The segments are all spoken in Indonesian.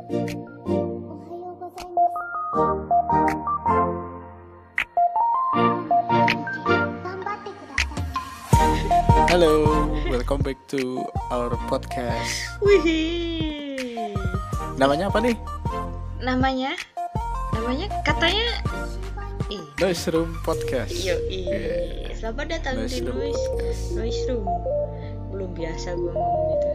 Halo, welcome back to our podcast. Wih. Namanya apa nih? Namanya katanya Noise Room Podcast. Yeah. Selamat datang Noise di Room Podcast. Noise Room. Belum biasa gue ngomong itu.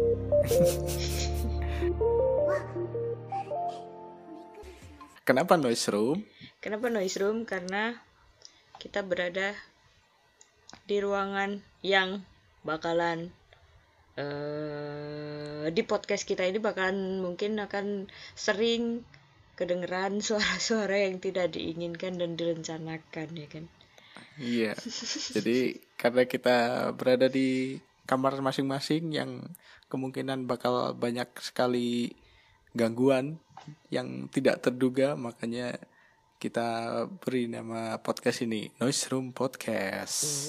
Kenapa Noise Room? Kenapa Noise Room? Karena kita berada di ruangan yang bakalan di podcast kita ini bakalan mungkin akan sering kedengeran suara-suara yang tidak diinginkan dan direncanakan, ya kan? Iya. Jadi karena kita berada di kamar masing-masing yang kemungkinan bakal banyak sekali gangguan yang tidak terduga, makanya kita beri nama podcast ini Noise Room Podcast.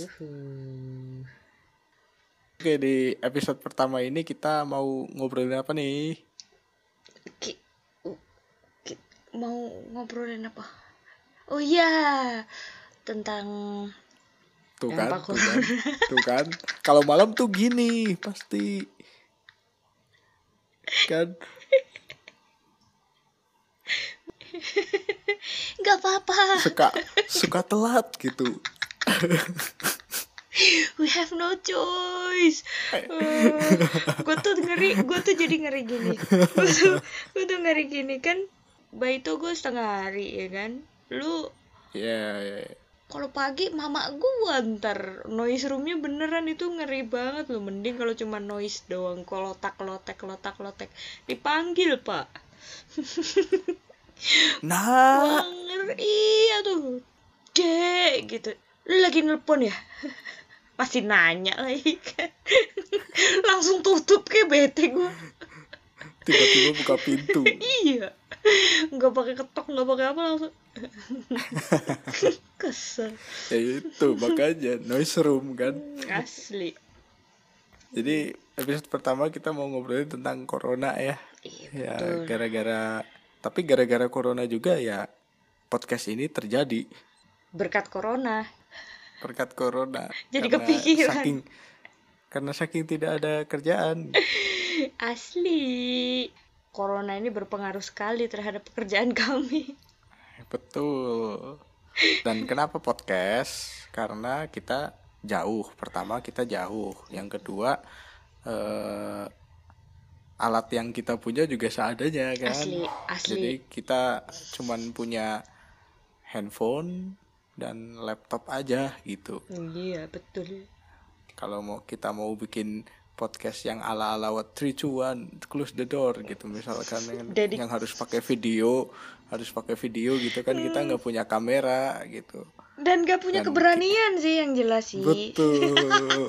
Oke, di episode pertama ini kita mau ngobrolin apa nih? Mau ngobrolin apa? Oh iya, tentang Tuh kan. Kalau malam tuh gini pasti kan. Gak apa-apa. Suka telat gitu. We have no choice. Gue tuh jadi ngeri gini. Gue tuh ngeri gini kan. Bayi tuh gue setengah hari, ya kan. Lu Yeah. kalau pagi mama gue ntar noise roomnya beneran itu ngeri banget loh. Mending kalau cuma noise doang, lotak dipanggil pak. Nah, wah ngeri tuh dek gitu. Lu lagi nelpon ya? Pasti nanya lagi kan. Langsung tutup kayak bete gue. tiba-tiba buka pintu. Iya, nggak pakai ketok, nggak pakai apa, langsung kesel. Ya itu makanya noise room kan. Asli. Jadi episode pertama kita mau ngobrolin tentang corona ya. Iya, Ya betul. gara-gara corona juga ya podcast ini terjadi. Berkat corona. Karena Jadi kepikiran. Karena saking tidak ada kerjaan. Asli. Corona ini berpengaruh sekali terhadap pekerjaan kami. Betul. Dan kenapa podcast? Karena kita jauh. Pertama kita jauh. Yang kedua alat yang kita punya juga seadanya kan. Asli. Jadi kita cuman punya handphone dan laptop aja gitu. Iya, betul. Kalau kita mau bikin podcast yang ala-ala 3, 2, 1 close the door gitu misalkan yang harus pakai video gitu kan, kita nggak punya kamera gitu dan nggak punya keberanian sih yang jelas sih. Betul.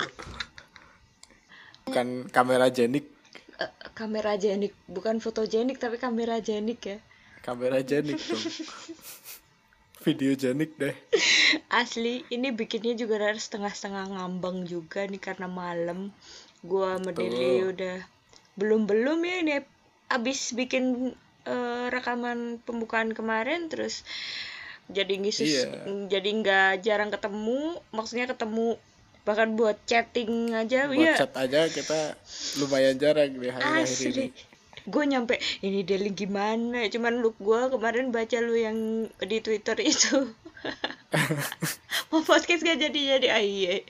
Bukan kamera jenik. Kamera jenik, bukan fotogenik tapi kamera jenik ya. Kamera jenik tuh. Video jenik deh. Asli, ini bikinnya juga dari setengah-setengah ngambang juga nih karena malam. Gua sama Deli udah belum ya ini abis bikin rekaman pembukaan kemarin, terus jadi jadi nggak jarang ketemu, maksudnya ketemu bahkan buat chatting aja. Buat chat aja kita lumayan jarang di hari-hari ini. Gue nyampe ini Deli gimana, cuman look gue kemarin baca lu yang di Twitter itu. Mau podcast gak jadi aye.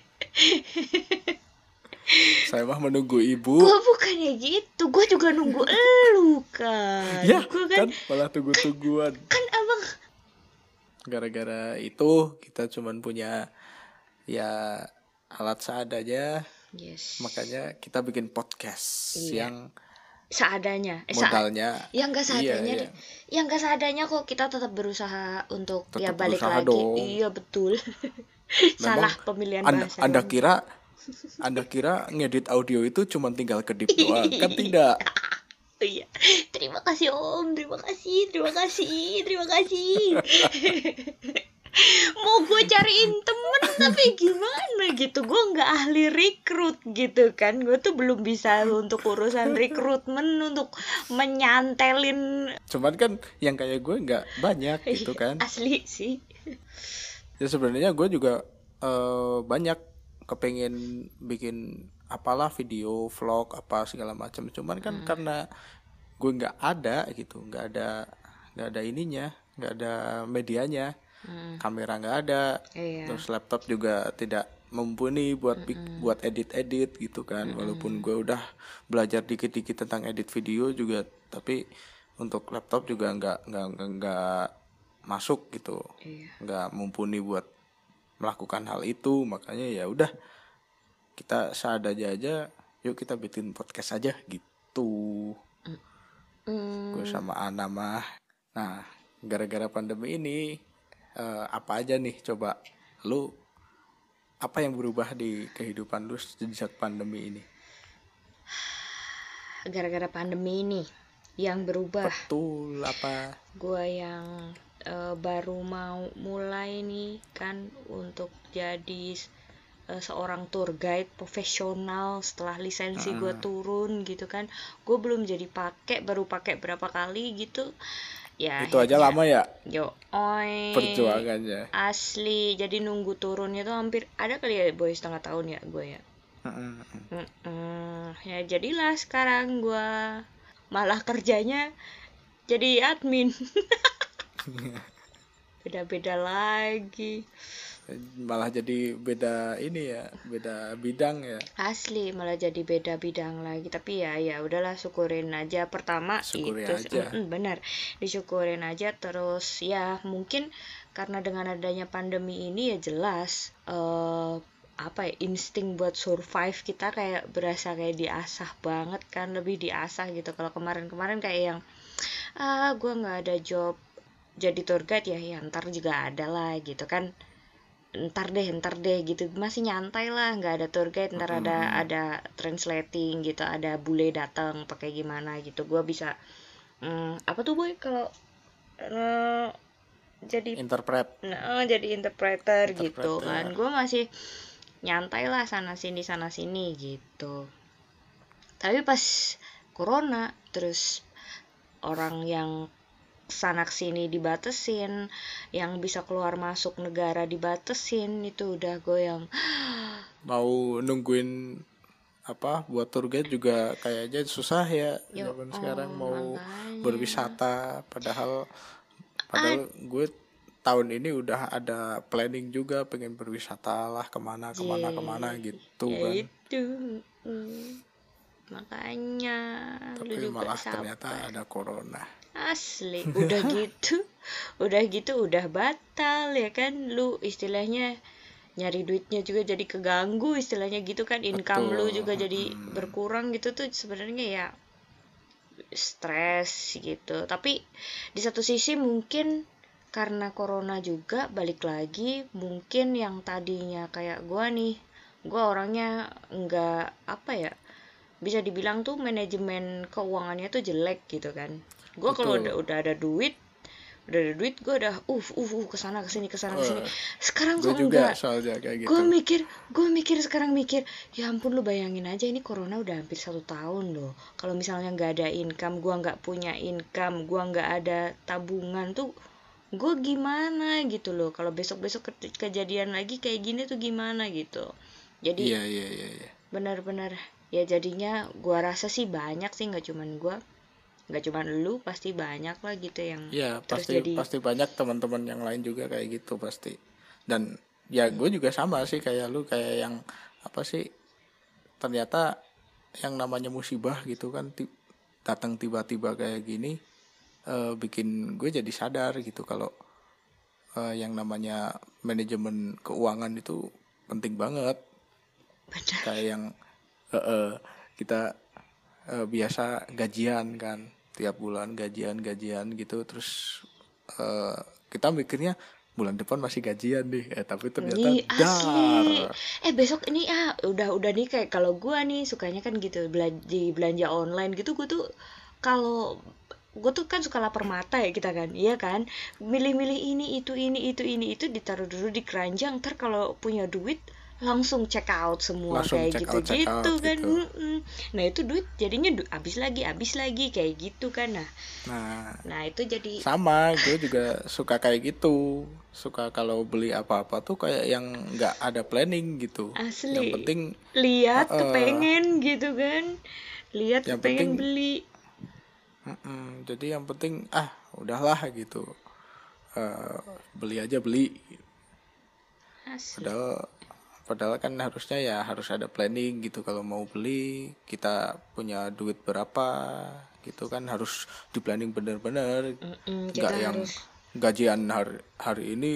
Saya mah menunggu ibu. Gue bukannya gitu, gue juga nunggu elu kan. Ya Gua kan malah tungguan. Kan abang. Gara-gara itu kita cuman punya ya alat seadanya. Yes. Makanya kita bikin podcast yang seadanya. Modalnya. Yang nggak seadanya iya. deh. Yang nggak seadanya kok kita tetap berusaha untuk tetap ya balik berusaha lagi. Dong. Iya betul. Salah pemilihan bahasa. Anda kira ngedit audio itu cuma tinggal kedip doang? Kan tidak. Iya. Terima kasih Om, terima kasih. mau gue cariin temen tapi gimana gitu, gue nggak ahli rekrut gitu kan, gue tuh belum bisa untuk urusan rekrutmen untuk menyantelin. Cuman kan yang kayak gue nggak banyak gitu kan. Asli sih. Ya sebenarnya gue juga banyak kepengen bikin apalah video vlog apa segala macam. Cuman kan karena gue nggak ada gitu, nggak ada ininya, nggak ada medianya, kamera nggak ada, Iya. terus laptop juga tidak mumpuni buat buat edit gitu kan. Walaupun gue udah belajar dikit-dikit tentang edit video juga, tapi untuk laptop juga nggak masuk gitu, Iya. nggak mumpuni buat melakukan hal itu. Makanya ya udah, kita seadanya aja, yuk kita bikin podcast aja gitu. Gue sama Ana mah. Nah, gara-gara pandemi ini apa aja nih, coba lu, apa yang berubah di kehidupan lu sejak pandemi ini? Gara-gara pandemi ini yang berubah, Betul, apa? gue yang baru mau mulai nih kan untuk jadi seorang tour guide profesional setelah lisensi gue turun gitu kan. Gue belum jadi baru pakai berapa kali gitu ya. Itu aja lama ya Yo, oi, perjuangannya. asli. Jadi nunggu turunnya tuh hampir ada kali ya boy, setengah tahun ya gue ya. Ya jadilah sekarang gue malah kerjanya jadi admin. Beda-beda lagi. Malah jadi beda ini ya, beda bidang ya. Asli malah jadi beda bidang lagi. Tapi ya udahlah, syukurin aja. Pertama Syukuri itu aja. benar, disyukurin aja. Terus ya mungkin karena dengan adanya pandemi ini ya jelas apa ya, insting buat survive kita kayak berasa kayak diasah banget kan, lebih diasah gitu. Kalau kemarin-kemarin kayak yang gue nggak ada job jadi tour guide ya ntar juga ada lah gitu kan, ntar deh gitu, masih nyantai lah, nggak ada tour guide ntar ada translating gitu, ada bule datang pakai gimana gitu, gue bisa apa tuh boy kalau jadi jadi interpreter gitu kan, gue masih nyantai lah sana sini gitu. Tapi pas corona terus orang yang sana sini dibatesin, yang bisa keluar masuk negara dibatesin, itu udah gue yang mau nungguin apa buat tour guide juga kayaknya susah ya zaman sekarang mau berwisata. Padahal gue tahun ini udah ada planning juga pengen berwisata lah kemana gitu kan. Itu makanya tapi lu juga malah ternyata ada corona. Asli udah gitu udah batal ya kan, lu istilahnya nyari duitnya juga jadi keganggu istilahnya gitu kan, income lu juga jadi berkurang gitu tuh sebenarnya ya stres gitu. Tapi di satu sisi mungkin karena corona juga balik lagi, mungkin yang tadinya kayak gue orangnya nggak apa ya, bisa dibilang tuh manajemen keuangannya tuh jelek gitu kan. Gue kalau udah ada duit gue udah kesana kesini. Sekarang gue kok juga enggak, soalnya kayak gitu. gue mikir sekarang ya ampun, lu bayangin aja ini corona udah hampir 1 tahun loh. Kalau misalnya nggak ada income, gue nggak punya income, gue nggak ada tabungan tuh, gue gimana gitu loh. Kalau besok kejadian lagi kayak gini tuh gimana gitu. Jadi iya. benar-benar ya, jadinya gue rasa sih banyak sih, nggak cuman lu, pasti banyak lah gitu yang ya, terus pasti banyak teman-teman yang lain juga kayak gitu pasti. Dan ya gue juga sama sih kayak lu, kayak yang apa sih, ternyata yang namanya musibah gitu kan datang tiba-tiba kayak gini, bikin gue jadi sadar gitu kalau yang namanya manajemen keuangan itu penting banget. Benar. Kayak yang kita biasa gajian kan, tiap bulan gajian gitu, terus kita mikirnya bulan depan masih gajian nih, tapi ternyata asli. Besok ini udah nih, kayak kalau gue nih sukanya kan gitu belanja online gitu. Gue tuh kalau gue tuh kan suka lapar mata ya kita kan, iya kan, milih-milih ini itu ditaruh dulu di keranjang, ntar kalau punya duit langsung check out semua langsung kayak check out gitu kan. gitu. Nah itu duit jadinya habis lagi kayak gitu kan. Nah, Nah itu jadi sama, gue juga suka kayak gitu. Suka kalau beli apa-apa tuh kayak yang nggak ada planning gitu. Yang asli penting, lihat eh, kepengen gitu kan, lihat yang kepengen penting, beli. jadi yang penting udahlah gitu. Eh, Beli aja beli. Asli. Padahal, padahal kan harusnya ya harus ada planning gitu. Kalau mau beli, kita punya duit berapa gitu kan harus di planning bener-bener. Nggak Kita yang harus gajian hari ini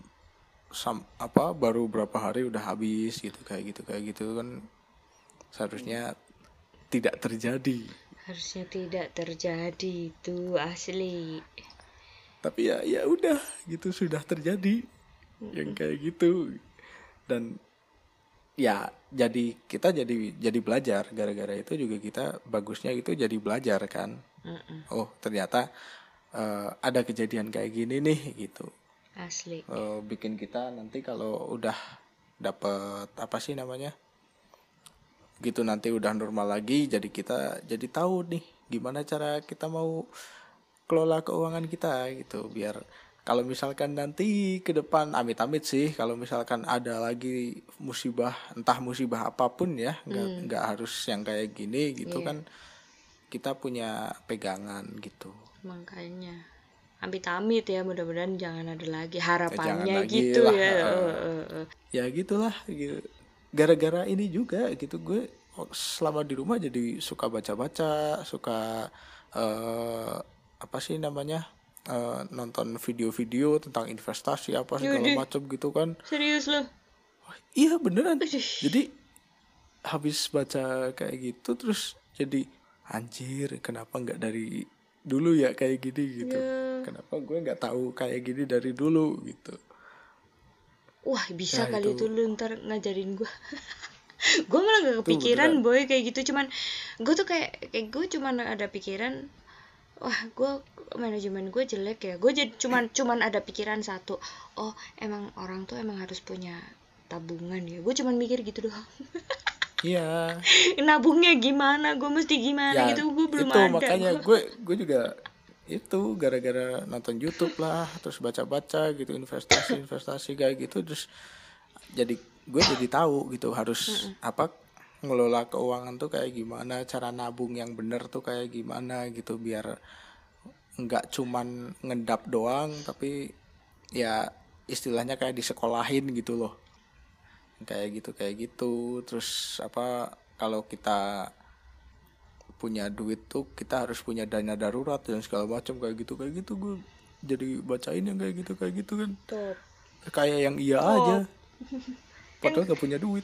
apa baru berapa hari udah habis gitu kayak gitu kan seharusnya tidak terjadi. harusnya tidak terjadi itu asli. Tapi ya udah gitu sudah terjadi yang kayak gitu. Dan ya jadi kita jadi belajar gara-gara itu juga kita bagusnya itu jadi belajar kan. Oh ternyata ada kejadian kayak gini nih gitu. Asli. Bikin kita nanti kalau udah dapet apa sih namanya gitu nanti udah normal lagi, jadi kita jadi tahu nih gimana cara kita mau kelola keuangan kita gitu, biar kalau misalkan nanti ke depan amit-amit sih kalau misalkan ada lagi musibah, entah musibah apapun ya, nggak harus yang kayak gini gitu Iya, kan, kita punya pegangan gitu. makanya amit-amit ya, mudah-mudahan jangan ada lagi, Ya, jangan harapannya lagi gitu lah, ya. ya gitulah gitu. Gara-gara ini juga gitu gue selama di rumah jadi suka baca-baca, suka eh, apa sih namanya, nonton video-video tentang investasi apa segala Yaudah, macam gitu kan. serius loh. Iya beneran. Aduh, Jadi habis baca kayak gitu terus jadi anjir kenapa nggak dari dulu ya kayak gini gitu. ya. Kenapa gue nggak tahu kayak gini dari dulu gitu. Wah, bisa Ya kali itu tuh lu ntar ngajarin gue. Gue malah gak tuh kepikiran beneran. boy kayak gitu, cuman gue tuh kayak gue cuman ada pikiran, wah gue manajemen gue jelek ya, gue jadi cuman ada pikiran satu, oh emang orang tuh emang harus punya tabungan ya, gue cuman mikir gitu doang. Iya. Nabungnya gimana, gue mesti gimana Ya gitu, gue belum itu ada makanya gue. gue juga itu gara-gara nonton YouTube lah terus baca-baca gitu investasi kayak gitu terus jadi gue jadi tahu gitu harus apa ngelola keuangan tuh kayak gimana, cara nabung yang bener tuh kayak gimana gitu biar nggak cuman ngendap doang tapi ya istilahnya kayak disekolahin gitu loh, kayak gitu terus apa kalau kita punya duit tuh kita harus punya dana darurat dan segala macam kayak gitu gue jadi bacain yang kayak gitu kan Top. kayak yang iya aja Top. padahal gak punya duit.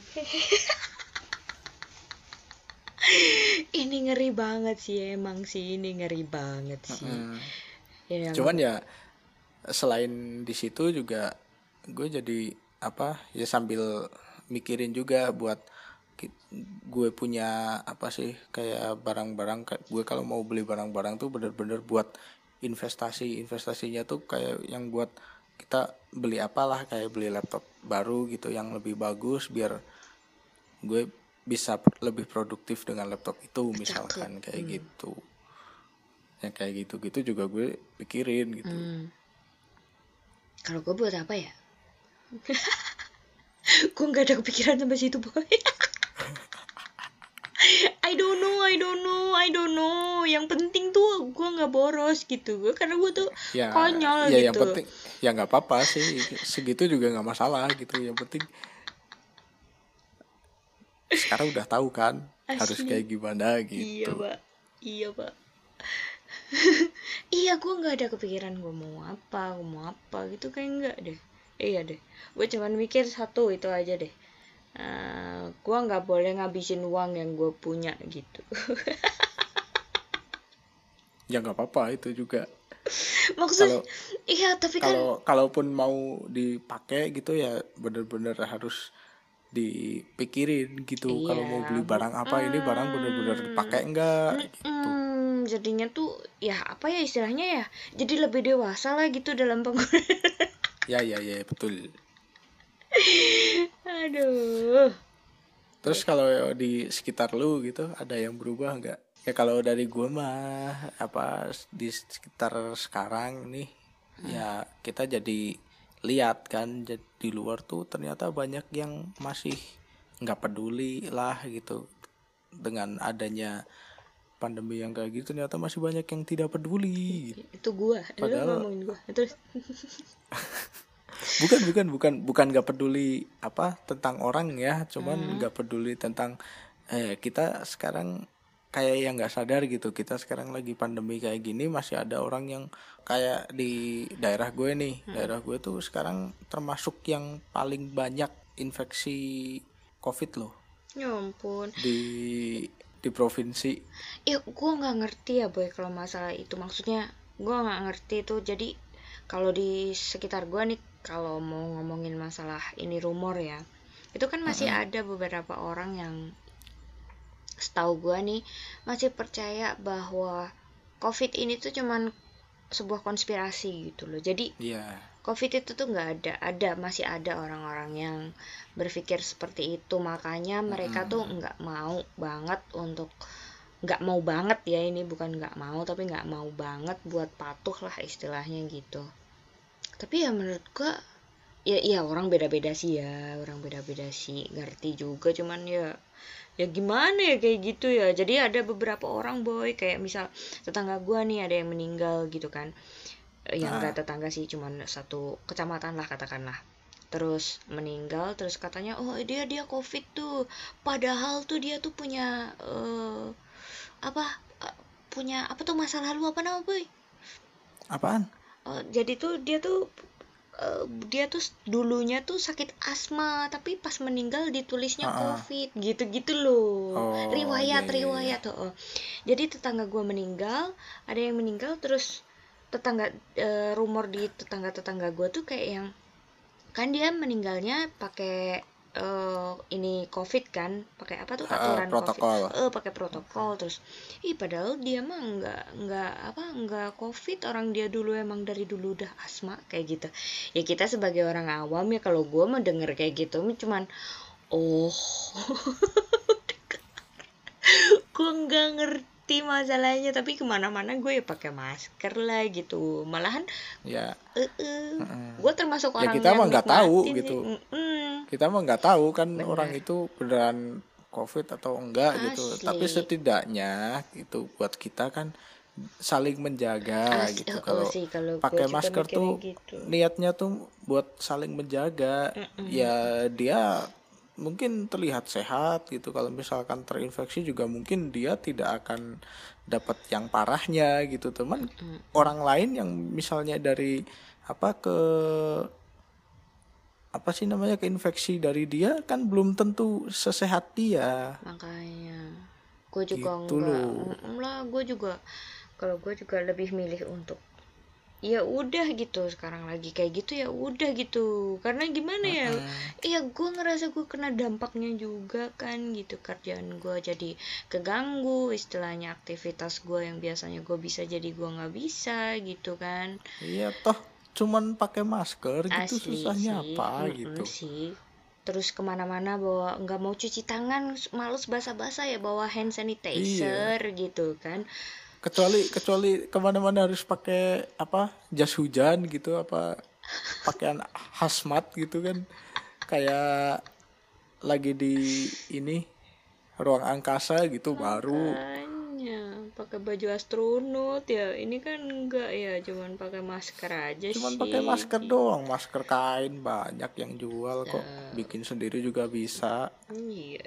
Ini ngeri banget sih, emang sih ini ngeri banget sih. Ya, Cuman ya selain di situ juga gue jadi apa ya sambil mikirin juga buat gue punya apa sih kayak barang-barang gue kalau mau beli barang-barang tuh bener-bener buat investasinya tuh kayak yang buat kita beli apalah kayak beli laptop baru gitu yang lebih bagus biar gue bisa lebih produktif dengan laptop itu misalkan kayak gitu, yang kayak gitu-gitu juga gue pikirin gitu. Kalau gue buat apa ya? Gue nggak ada kepikiran sampai situ boy. I don't know. Yang penting tuh gue nggak boros gitu. Gue karena gue tuh Ya konyol ya gitu. yang penting ya nggak apa-apa sih segitu juga nggak masalah gitu, yang penting sekarang udah tahu kan harus Asli. kayak gimana Iya gitu. pak. Iya pak. Iya gue nggak ada kepikiran gue mau apa gitu, kayak nggak deh. Iya deh. Gue cuman mikir satu itu aja deh. Gue nggak boleh ngabisin uang yang gue punya gitu. Ya nggak apa-apa itu juga. Maksud Kalau iya tapi kan kalaupun mau dipakai gitu ya bener-bener harus dipikirin gitu. Kalau mau beli barang apa ini barang bener-bener dipakai enggak gitu. jadinya tuh ya apa ya istilahnya ya, jadi lebih dewasa lah gitu dalam penggunaan. Ya betul. Aduh. Terus kalau di sekitar lu gitu ada yang berubah nggak? Ya kalau dari gue mah apa di sekitar sekarang nih ya kita jadi lihat kan di luar tuh ternyata banyak yang masih nggak peduli lah gitu dengan adanya pandemi yang kayak gitu, ternyata masih banyak yang tidak peduli gitu. Itu gua, lu Padahal ngomongin gua terus. bukan nggak peduli apa tentang orang ya, cuman nggak peduli tentang kita sekarang kayak yang nggak sadar gitu, kita sekarang lagi pandemi kayak gini masih ada orang yang kayak di daerah gue nih, daerah gue tuh sekarang termasuk yang paling banyak infeksi COVID loh Ya ampun. di provinsi. Ya gua nggak ngerti ya boy kalau masalah itu, maksudnya gua nggak ngerti tuh. Jadi kalau di sekitar gua nih, kalau mau ngomongin masalah ini rumor ya, itu kan masih ada beberapa orang yang setahu gua nih masih percaya bahwa COVID ini tuh cuman sebuah konspirasi gitu loh. Jadi Iya. COVID itu tuh nggak ada, masih ada orang-orang yang berpikir seperti itu. Makanya mereka tuh nggak mau banget ya, ini bukan nggak mau tapi nggak mau banget buat patuh lah istilahnya gitu. Tapi ya menurut gua ya orang beda-beda sih ya, orang beda-beda sih, ngerti juga, cuman ya gimana ya kayak gitu ya. Jadi ada beberapa orang boy, kayak misal tetangga gua nih ada yang meninggal gitu kan, yang enggak tetangga sih, cuman satu kecamatan lah katakanlah, terus meninggal, terus katanya oh dia COVID tuh, padahal tuh dia tuh punya apa punya apa tuh masa lalu, apa nama boy, Apaan? jadi tuh dia tuh dulunya tuh sakit asma, tapi pas meninggal ditulisnya COVID gitu-gitu loh. Oh, Riwayat iya. tuh. Jadi tetangga gue meninggal, ada yang meninggal, terus tetangga rumor di tetangga gue tuh kayak yang, kan dia meninggalnya pakai ini COVID kan, pakai apa tuh aturan Protokol. COVID, pakai protokol. Terus padahal dia mah nggak COVID, orang dia dulu emang dari dulu udah asma kayak gitu ya. Kita sebagai orang awam ya, kalau gue mah denger kayak gitu cuman oh gue nggak ngerti masalahnya, tapi kemana-mana gue ya pakai masker lah gitu. Malahan Ya. gue termasuk Ya orang kita yang mah nggak tahu nikmatin sih. gitu. Kita mah nggak tahu kan orang Bener, itu beneran COVID atau enggak gitu. Tapi asli. setidaknya itu buat kita kan saling menjaga gitu. Kalau Sih kalau gue pakai juga masker mikirnya tuh gitu. niatnya tuh buat saling menjaga. Ya dia mungkin terlihat sehat gitu. Kalau misalkan terinfeksi juga mungkin dia tidak akan dapat yang parahnya gitu. Teman orang lain yang misalnya dari apa sih namanya keinfeksi dari dia kan belum tentu sesehat dia Makanya gue juga gitu enggak loh. lah, gue juga kalau gue juga lebih milih untuk ya udah gitu, sekarang lagi kayak gitu ya udah gitu. Karena gimana ya, gue ngerasa gue kena dampaknya juga kan gitu, kerjaan gue jadi keganggu, istilahnya aktivitas gue yang biasanya gue bisa jadi gue nggak bisa gitu kan. Iya toh cuman pakai masker gitu, Asli susahnya sih, apa gitu. sih. Terus kemana-mana bawa, nggak mau cuci tangan, males basa-basa ya, bawa hand Iya, sanitizer gitu kan. kecuali kemana-mana harus pakai apa jas hujan gitu, apa pakaian hazmat gitu kan, kayak lagi di ini ruang angkasa gitu baru. Makanya pakai baju astronot ya, ini kan enggak ya, cuman pakai masker aja Cuman pakai sih. masker doang, masker kain banyak yang jual kok, bikin sendiri juga bisa. Iya.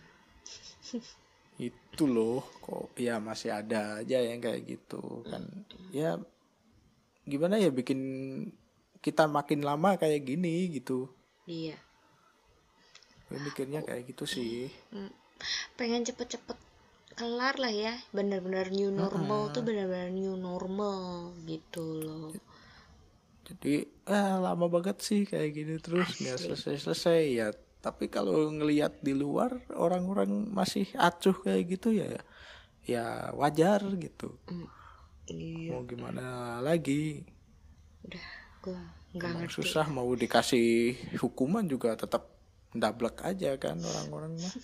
Itu loh kok ya masih ada aja yang kayak gitu kan. Ya gimana ya, bikin kita makin lama kayak gini gitu. Iya. Gue mikirnya kayak gitu sih. Pengen cepet-cepet kelar lah ya, bener-bener new normal tuh, bener-bener new normal gitu loh. Jadi lama banget sih kayak gini terus nggak Asli. selesai-selesai ya. Tapi kalau ngelihat di luar orang-orang masih acuh kayak gitu ya ya wajar gitu. Iya, Mau gimana lagi? udah gue nggak Emang ngerti. susah, mau dikasih hukuman juga tetap ndablek aja kan orang-orang mah.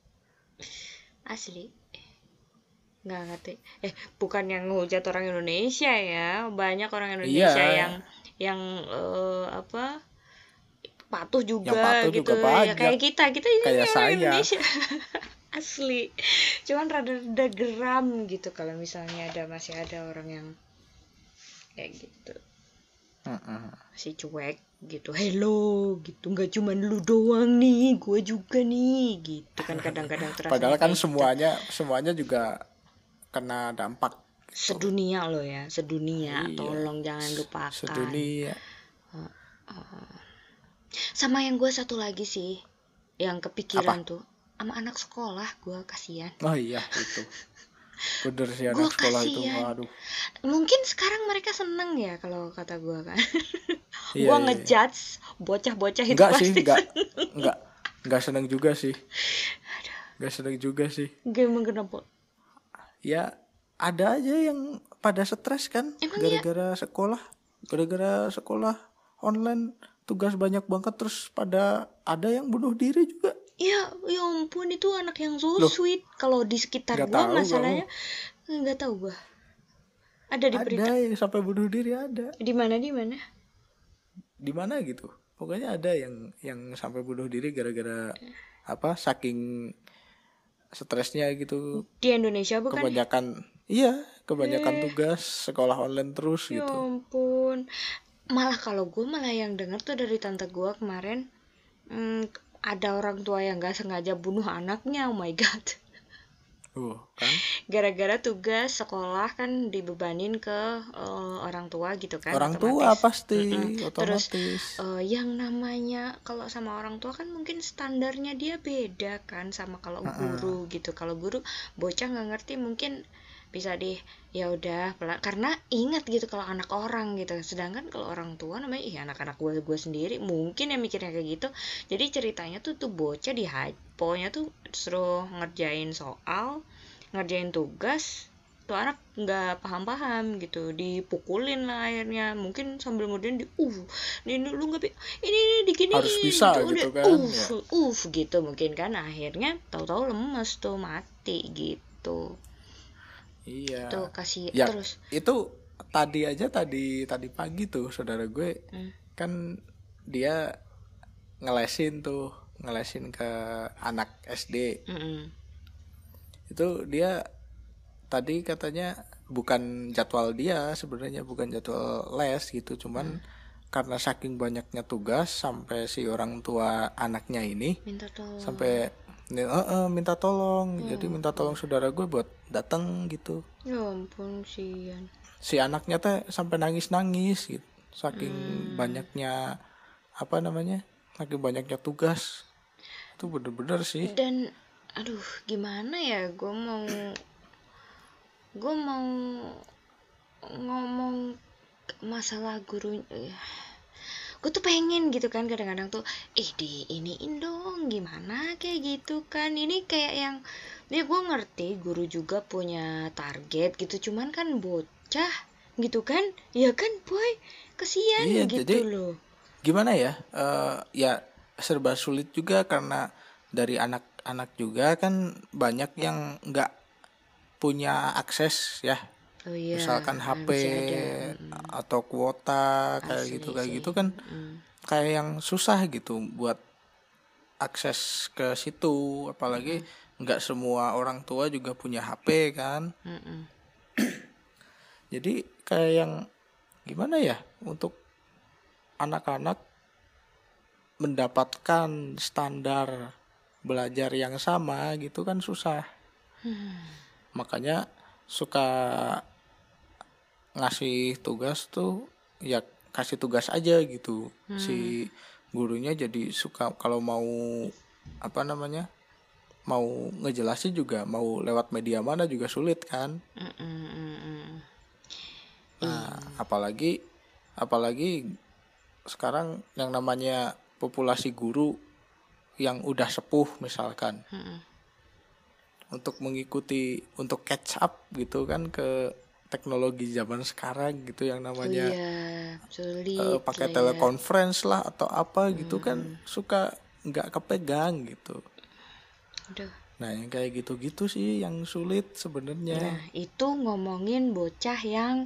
Asli nggak ngerti. Bukan yang ngehujat orang Indonesia ya, banyak orang Iya, Indonesia yang apa, patuh yang juga patuh gitu juga ya, banyak. kayak kita ini Kayak orang saya. Indonesia. Asli, cuman rada geram gitu kalau misalnya masih ada orang yang kayak gitu, masih cuek gitu, hello gitu, nggak cuman lu doang nih, gue juga nih gitu kan, kadang-kadang terasanya Padahal kan kayak gitu. semuanya juga kena dampak gitu. Sedunia loh ya, sedunia, Iya, tolong jangan lupakan. sedunia. Sama yang gue satu lagi sih, yang kepikiran Apa? tuh, sama anak sekolah, gue kasihan. Oh iya itu. Bener sih Gue anak sekolah itu. kasihan. Waduh. Mungkin sekarang mereka seneng ya kalau kata gue kan. Iya, Gue iya, iya. ngejudge bocah-bocah itu Enggak sih, pasti seneng. enggak seneng juga sih. Enggak seneng juga sih. Gimana kenapa? Ya ada aja yang pada stres kan Emang ya? gara-gara sekolah online, tugas banyak banget, terus pada ada yang bunuh diri juga. Ya ampun, itu anak yang so Loh, sweet. Kalau di sekitar nggak gue tahu kamu. masalahnya nggak tahu gue. Ada di berita. Ada yang sampai bunuh diri, ada. Di mana di mana? Di mana gitu, pokoknya ada yang sampai bunuh diri gara-gara apa, saking stresnya gitu. Di Indonesia bukan? Kebanyakan tugas sekolah online terus Ya gitu. ampun. Malah kalau gue malah yang denger tuh dari tante gue kemarin, ada orang tua yang gak sengaja bunuh anaknya. Oh my god. Kan Gara-gara tugas sekolah kan dibebanin ke orang tua gitu kan, orang tua otomatis. pasti Terus otomatis. yang namanya kalau sama orang tua kan mungkin standarnya dia beda kan sama kalau guru gitu. Kalau guru bocah nggak ngerti mungkin bisa ya udah karena ingat gitu kalau anak orang gitu. Sedangkan kalau orang tua namanya anak-anak gue sendiri mungkin yang mikirnya kayak gitu. Jadi ceritanya tuh bocah pokoknya tuh suruh ngerjain soal, ngerjain tugas, tuh anak nggak paham-paham gitu, dipukulin lah akhirnya, mungkin sambil ngerjain ini lu nggak ini Harus diginiin bisa gitu, gitu udah kan ya. gitu mungkin kan, akhirnya tahu-tahu lemes tuh, mati gitu. Iya Tuh kasih ya. terus. Itu tadi pagi tuh saudara gue kan dia ngelesin ke anak SD. Itu dia tadi katanya bukan jadwal dia sebenarnya, bukan jadwal les gitu, cuman karena saking banyaknya tugas sampai si orang tua anaknya ini Minta tolong. sampai minta tolong. Jadi minta tolong saudara gue buat datang gitu. Ya ampun, sian. Si anaknya teh sampai nangis gitu, saking banyaknya saking banyaknya tugas. Itu bener-bener sih. Dan aduh, gimana ya, gue mau ngomong masalah guru. Gue tuh pengen gitu kan kadang-kadang tuh di iniin dong, gimana kayak gitu kan. Ini kayak yang ya gue ngerti guru juga punya target gitu, cuman kan bocah gitu kan, ya kan boy, kesian Iya, gitu jadi loh. gimana ya, ya serba sulit juga karena dari anak-anak juga kan banyak yang nggak punya akses ya, Oh iya, misalkan HP masih ada. atau kuota Asli kayak sih. gitu kan, kayak yang susah gitu buat akses ke situ, apalagi nggak semua orang tua juga punya HP kan. Jadi kayak yang gimana ya, untuk anak-anak mendapatkan standar belajar yang sama gitu kan susah. Makanya suka ngasih tugas tuh ya kasih tugas aja gitu. Si gurunya jadi suka kalau mau mau ngejelasin juga, mau lewat media mana juga sulit kan. Nah, apalagi sekarang yang namanya populasi guru yang udah sepuh misalkan. untuk mengikuti, untuk catch up gitu kan ke teknologi zaman sekarang gitu, yang Oh namanya iya, sulit pakai lah ya. teleconference lah atau apa gitu kan Mm-mm. suka nggak kepegang gitu. Aduh. Nah yang kayak gitu-gitu sih yang sulit Nah, sebenarnya. itu ngomongin bocah yang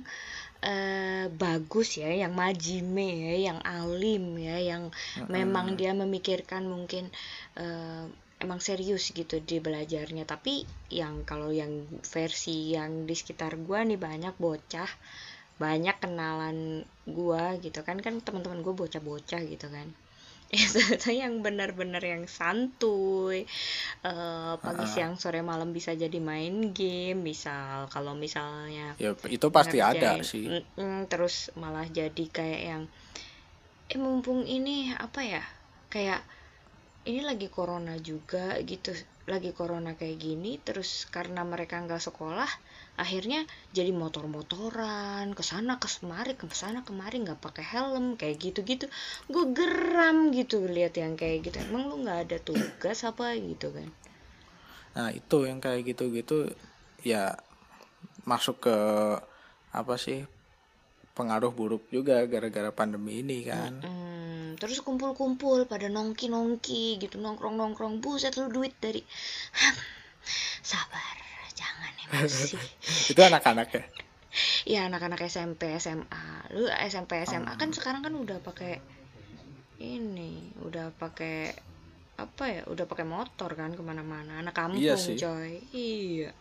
bagus ya, yang majime ya, yang alim ya, yang memang Mm-mm. dia memikirkan mungkin eh, emang serius gitu di belajarnya. Tapi yang kalau yang versi yang di sekitar gua nih, banyak bocah, banyak kenalan gua gitu kan, teman-teman gua bocah-bocah gitu kan. Itu yang benar-benar yang santuy, pagi siang sore malam bisa jadi main game, misal kalau misalnya Ya itu pasti ada ngerjain sih. terus malah jadi kayak yang mumpung ini apa ya, kayak ini lagi corona juga gitu, lagi corona kayak gini, terus karena mereka nggak sekolah akhirnya jadi motor-motoran ke sana kemari nggak pakai helm kayak gitu-gitu. Gue geram gitu lihat yang kayak gitu. Emang lu nggak ada tugas apa gitu kan? Nah itu yang kayak gitu-gitu ya masuk ke apa sih, pengaruh buruk juga gara-gara pandemi ini kan. Terus kumpul-kumpul pada nongki-nongki gitu, nongkrong-nongkrong, buset lu duit dari Hap, sabar, jangan emosi. Itu anak-anak ya. Ya anak-anak SMP SMA, lu SMP SMA kan sekarang kan udah pakai ini, udah pakai apa ya, udah pakai motor kan kemana-mana, anak Iya kampung sih, coy. Iya,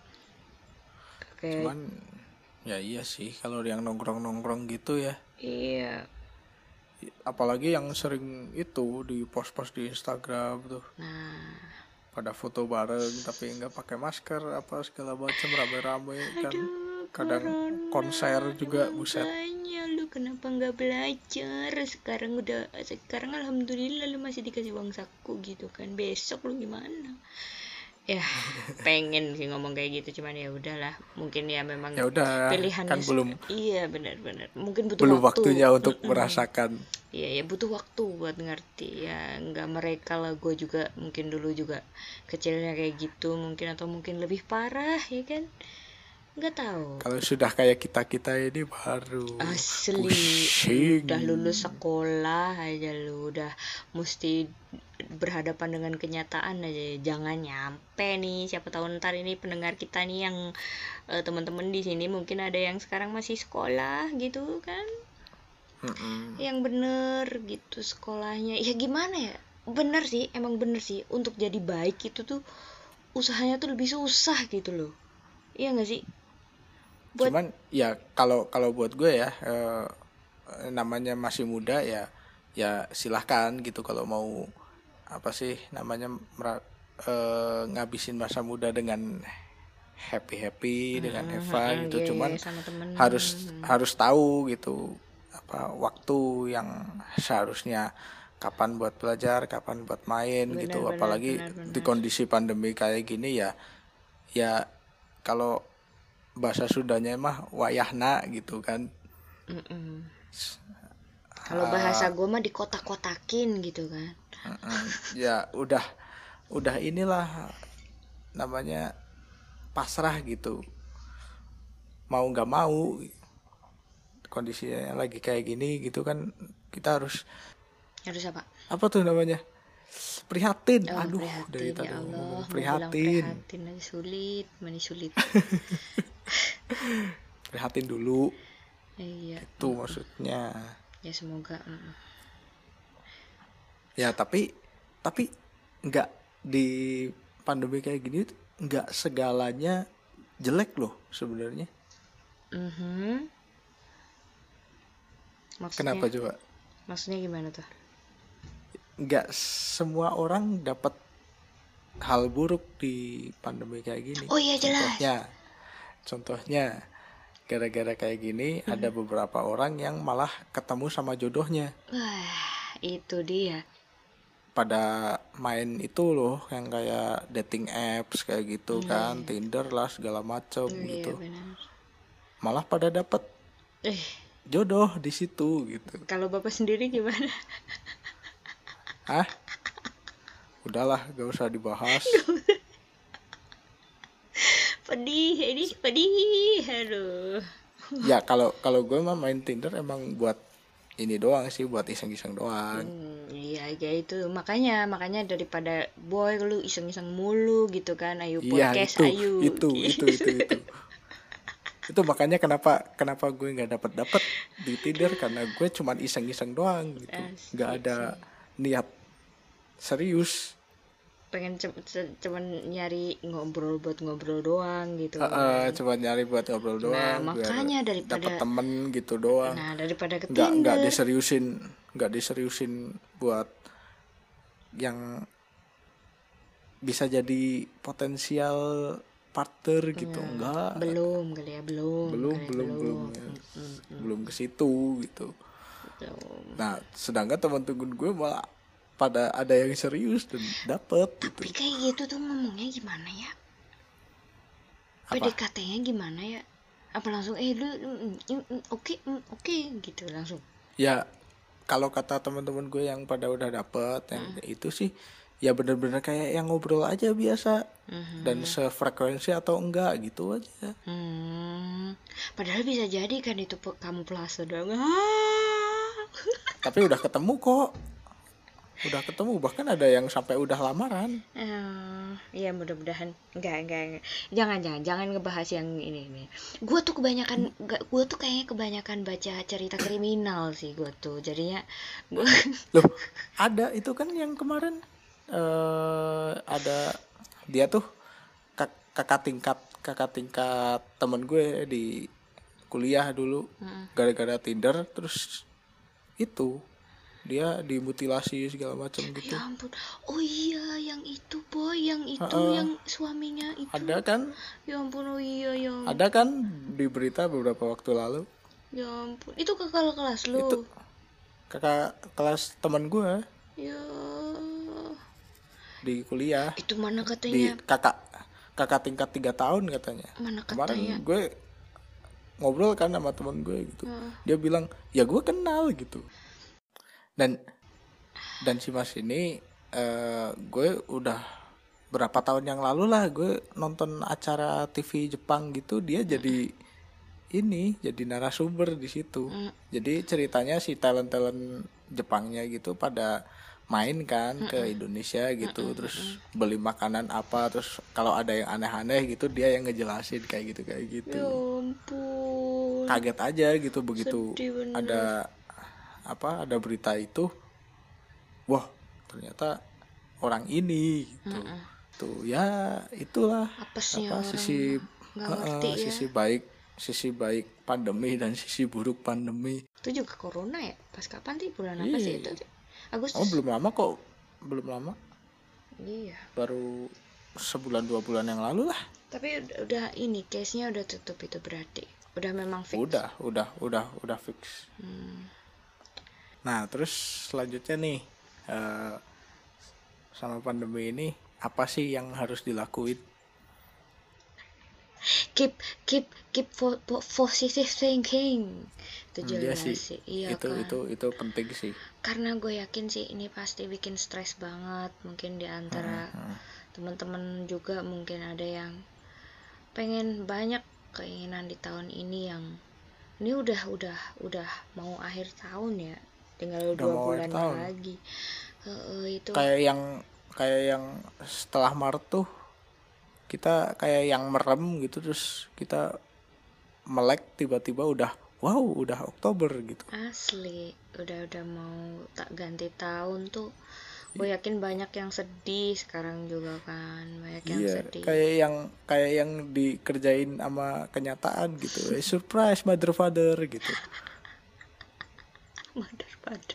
kayak cuman ya iya sih kalau yang nongkrong-nongkrong gitu ya, iya. apalagi yang sering itu di post-post di Instagram tuh Nah, pada foto bareng tapi nggak pakai masker apa segala macam rame-rame kan. aduh, Kadang corona, konser juga buset. makanya lu kenapa nggak belajar? Sekarang alhamdulillah lu masih dikasih uang saku gitu kan. Besok lu gimana? Ya, pengen sih ngomong kayak gitu, cuman ya udahlah. Mungkin ya memang Ya udah pilihannya kan belum iya, benar-benar. Mungkin butuh belum waktu. waktunya untuk merasakan. Iya ya, butuh waktu buat ngerti ya, nggak mereka lah, gue juga mungkin dulu juga kecilnya kayak gitu mungkin, atau mungkin lebih parah ya kan, nggak tahu. Kalau sudah kayak kita-kita ini baru Asli, pusing. udah lulus sekolah aja lu udah mesti berhadapan dengan kenyataan aja. Jangan nyampe nih, siapa tahu ntar ini pendengar kita nih yang teman-teman di sini mungkin ada yang sekarang masih sekolah gitu kan, Mm-mm. yang bener gitu sekolahnya. Ya gimana ya, bener sih, emang bener sih, untuk jadi baik itu tuh usahanya tuh lebih susah gitu loh. Iya nggak sih? Buat Cuman ya kalau kalau buat gue ya namanya masih muda ya, ya silahkan gitu kalau mau apa sih namanya ngabisin masa muda dengan happy happy dengan Eva iya, gitu. iya, Cuman sama temen. harus harus tahu gitu apa waktu yang seharusnya kapan buat belajar, kapan buat main Benar gitu. benar Apalagi benar di benar. kondisi pandemi kayak gini ya, ya kalau bahasa Sundanya mah wayahna gitu kan. Mm-mm. Kalau bahasa gue mah dikotak-kotakin gitu kan. Ya udah inilah namanya pasrah gitu, mau nggak mau kondisinya lagi kayak gini gitu kan, kita harus Harus apa? apa tuh namanya, prihatin. Oh, Aduh dari prihatin ya tadi Allah, ngomong mau bilang prihatin. prihatin aja sulit, mana sulit. Prihatin dulu Iya, itu maksudnya. ya semoga. Ya tapi nggak, di pandemi kayak gini tuh nggak segalanya jelek loh sebenarnya. Mhm. Maksudnya, Kenapa coba? maksudnya gimana tuh? Nggak semua orang dapat hal buruk di pandemi kayak gini. Oh iya jelas. Contohnya gara-gara kayak gini ada beberapa orang yang malah ketemu sama jodohnya Wah, itu dia. pada main itu loh, yang kayak dating apps kayak gitu kan, Tinder lah segala macem Iya gitu, benar. malah pada dapat Eh, jodoh di situ gitu. kalau bapak sendiri gimana? Udahlah gak usah dibahas. pedih, aduh. Ya kalau kalau gue mah main Tinder emang buat ini doang sih, buat iseng-iseng doang. Iya kayak itu, makanya daripada boy lu iseng-iseng mulu gitu kan, ayo Iya podcast itu ayo itu gitu. itu makanya kenapa gue nggak dapet di Tinder, karena gue cuman iseng-iseng doang gitu, nggak Asli ada sih. niat serius. Pengen cuman nyari ngobrol buat ngobrol doang gitu kan. Cuma nyari buat ngobrol Nah doang, biar makanya dapat temen gitu doang. daripada ke Nggak Tinder. diseriusin buat yang bisa jadi potensial partner gitu, enggak. belum kali ya belum belum kali ya, belum ya. Mm-mm. Belum ke situ gitu. Belum. Nah sedangkan teman-teman gue malah pada ada yang serius dan dapet gitu. Tapi kayak gitu tuh ngomongnya gimana ya? Apa? PDKT-nya gimana ya? Apa langsung lu oke gitu langsung? Ya kalau kata teman-teman gue yang pada udah dapet yang itu sih, ya bener-bener kayak yang ngobrol aja biasa, dan sefrekuensi atau enggak gitu aja. Padahal bisa jadi kan itu kamu pelase doang. Tapi udah ketemu kok, bahkan ada yang sampai udah lamaran. Iya mudah-mudahan enggak. Jangan ngebahas yang ini. Gue tuh kayaknya kebanyakan baca cerita kriminal sih gue tuh. Jadinya gue Loh, ada itu kan yang kemarin ada dia tuh kakak tingkat temen gue di kuliah dulu, gara-gara Tinder terus itu dia dimutilasi segala macam gitu. ya ampun. Oh iya yang itu boy, yang itu yang suaminya itu. Ada kan? Ya ampun, oh iya ya. Ada kan di berita beberapa waktu lalu. Ya ampun. Itu kakak kelas lo. Itu kakak kelas teman gue Ya. di kuliah. Itu mana Di katanya? kakak tingkat 3 tahun katanya. Mana Kemarin katanya? gue ngobrol kan sama teman gue gitu. Dia bilang, "Ya gue kenal" gitu. Dan si Mas ini gue udah berapa tahun yang lalu lah gue nonton acara TV Jepang gitu, dia jadi narasumber di situ. Jadi ceritanya si talent Jepangnya gitu pada main kan ke Indonesia gitu, terus beli makanan apa, terus kalau ada yang aneh-aneh gitu dia yang ngejelasin kayak gitu Ya ampun. Kaget aja gitu begitu Sedih bener. ada berita itu, wah ternyata orang ini gitu. Tuh ya itulah Apesnya orang sisi nggak ngerti ya. sisi baik pandemi dan sisi buruk pandemi. Itu juga corona ya? Pas kapan sih, bulan apa sih itu? Agustus. Belum lama. Iya. Baru sebulan 2 bulan yang lalu lah. Tapi udah ini case-nya udah tutup itu berarti. Udah memang fix. Udah fix. Nah, terus selanjutnya nih sama pandemi ini apa sih yang harus dilakuin? Keep positive thinking. Itu jelas Iya sih. Iya itu, kan. itu penting sih. Karena gue yakin sih ini pasti bikin stres banget. Mungkin di antara teman-teman juga mungkin ada yang pengen banyak keinginan di tahun ini, yang ini udah mau akhir tahun ya, tinggal 2 bulan lagi. Itu kayak yang setelah Maret tuh kita kayak yang merem gitu, terus kita melek tiba-tiba udah Oktober gitu. Asli udah mau tak ganti tahun tuh. Gue yakin banyak yang sedih sekarang juga kan, banyak yang sedih. Kayak yang dikerjain sama kenyataan gitu. Surprise mother father gitu. Mother father.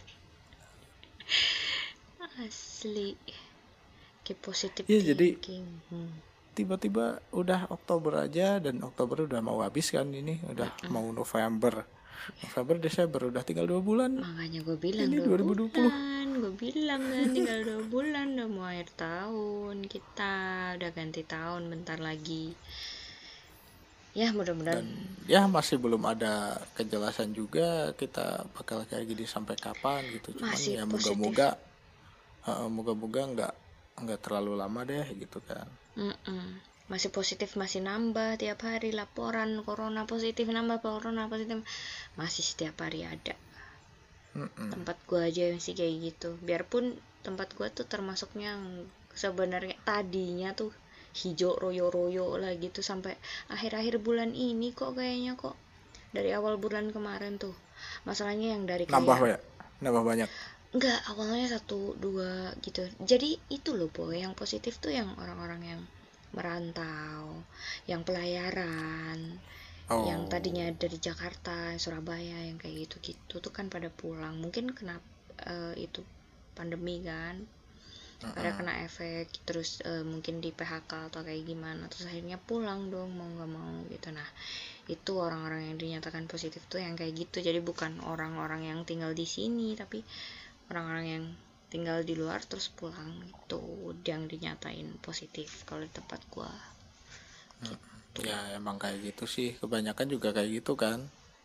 Asli. Keep positive thinking. Jadi tiba-tiba udah Oktober aja, dan Oktober udah mau habis kan, ini udah mau November, Desember, udah tinggal 2 bulan. Makanya gue bilang ini 2020. Gue bilang kan tinggal 2 bulan udah mau akhir tahun, kita udah ganti tahun bentar lagi. Ya mudah-mudahan. Ya masih belum ada kejelasan juga kita bakal kayak gini sampai kapan gitu. Cuman masih ya moga-moga nggak terlalu lama deh gitu kan. masih positif masih nambah tiap hari, laporan corona positif nambah, corona positif masih setiap hari ada. Tempat gua aja masih kayak gitu, biarpun tempat gua tuh termasuknya yang sebenarnya tadinya tuh hijau royo-royo lah gitu, sampai akhir-akhir bulan ini kok kayaknya kok dari awal bulan kemarin tuh masalahnya yang dari kayak nambah banyak. enggak, awalnya 1 2 gitu. Jadi itu loh boy, yang positif tuh yang orang-orang yang merantau, yang pelayaran, yang tadinya dari Jakarta, Surabaya, yang kayak gitu-gitu tuh kan pada pulang. Mungkin kena itu pandemi kan, pada kena efek, terus mungkin di PHK atau kayak gimana, terus akhirnya pulang dong mau nggak mau gitu. Nah itu orang-orang yang dinyatakan positif tuh yang kayak gitu. Jadi bukan orang-orang yang tinggal di sini, tapi orang-orang yang tinggal di luar terus pulang itu yang dinyatain positif kalau di tempat gua gitu. Ya emang kayak gitu sih, kebanyakan juga kayak gitu kan.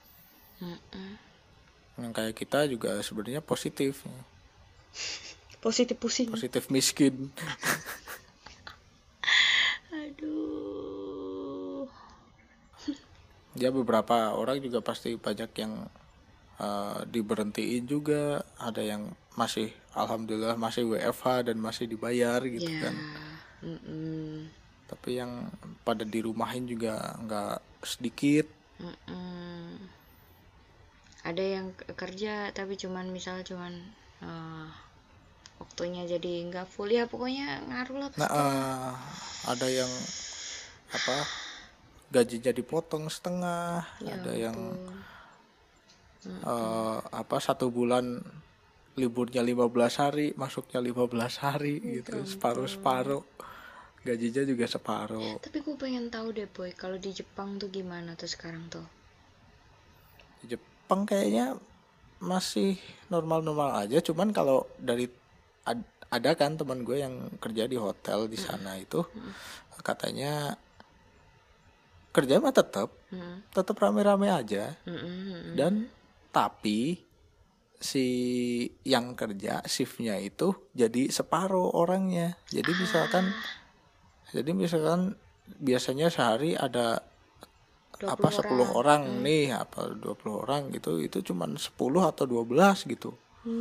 Yang kayak kita juga sebenarnya positif Pusing. positif miskin. Aduh. Ya beberapa orang juga pasti banyak yang diberhentiin juga, ada yang masih alhamdulillah masih WFH dan masih dibayar gitu Ya. kan. Tapi yang pada dirumahin juga nggak sedikit. Ada yang kerja tapi cuman waktunya jadi nggak full, ya pokoknya ngaruh lah. Ada yang gajinya dipotong setengah, Ya ada yang ampun. 1 bulan liburnya 15 hari, masuknya 15 hari gitu, separuh gajinya juga separuh. Tapi gue pengen tahu deh boy, kalau di Jepang tuh gimana tuh sekarang tuh? Di Jepang kayaknya masih normal-normal aja, cuman kalau dari ada kan teman gue yang kerja di hotel di sana itu katanya kerja mah tetap rame-rame aja. Dan tapi si yang kerja shiftnya itu jadi separuh orangnya. Jadi misalkan biasanya sehari ada 20 10 orang nih, 20 orang gitu, itu cuman 10 atau 12 gitu.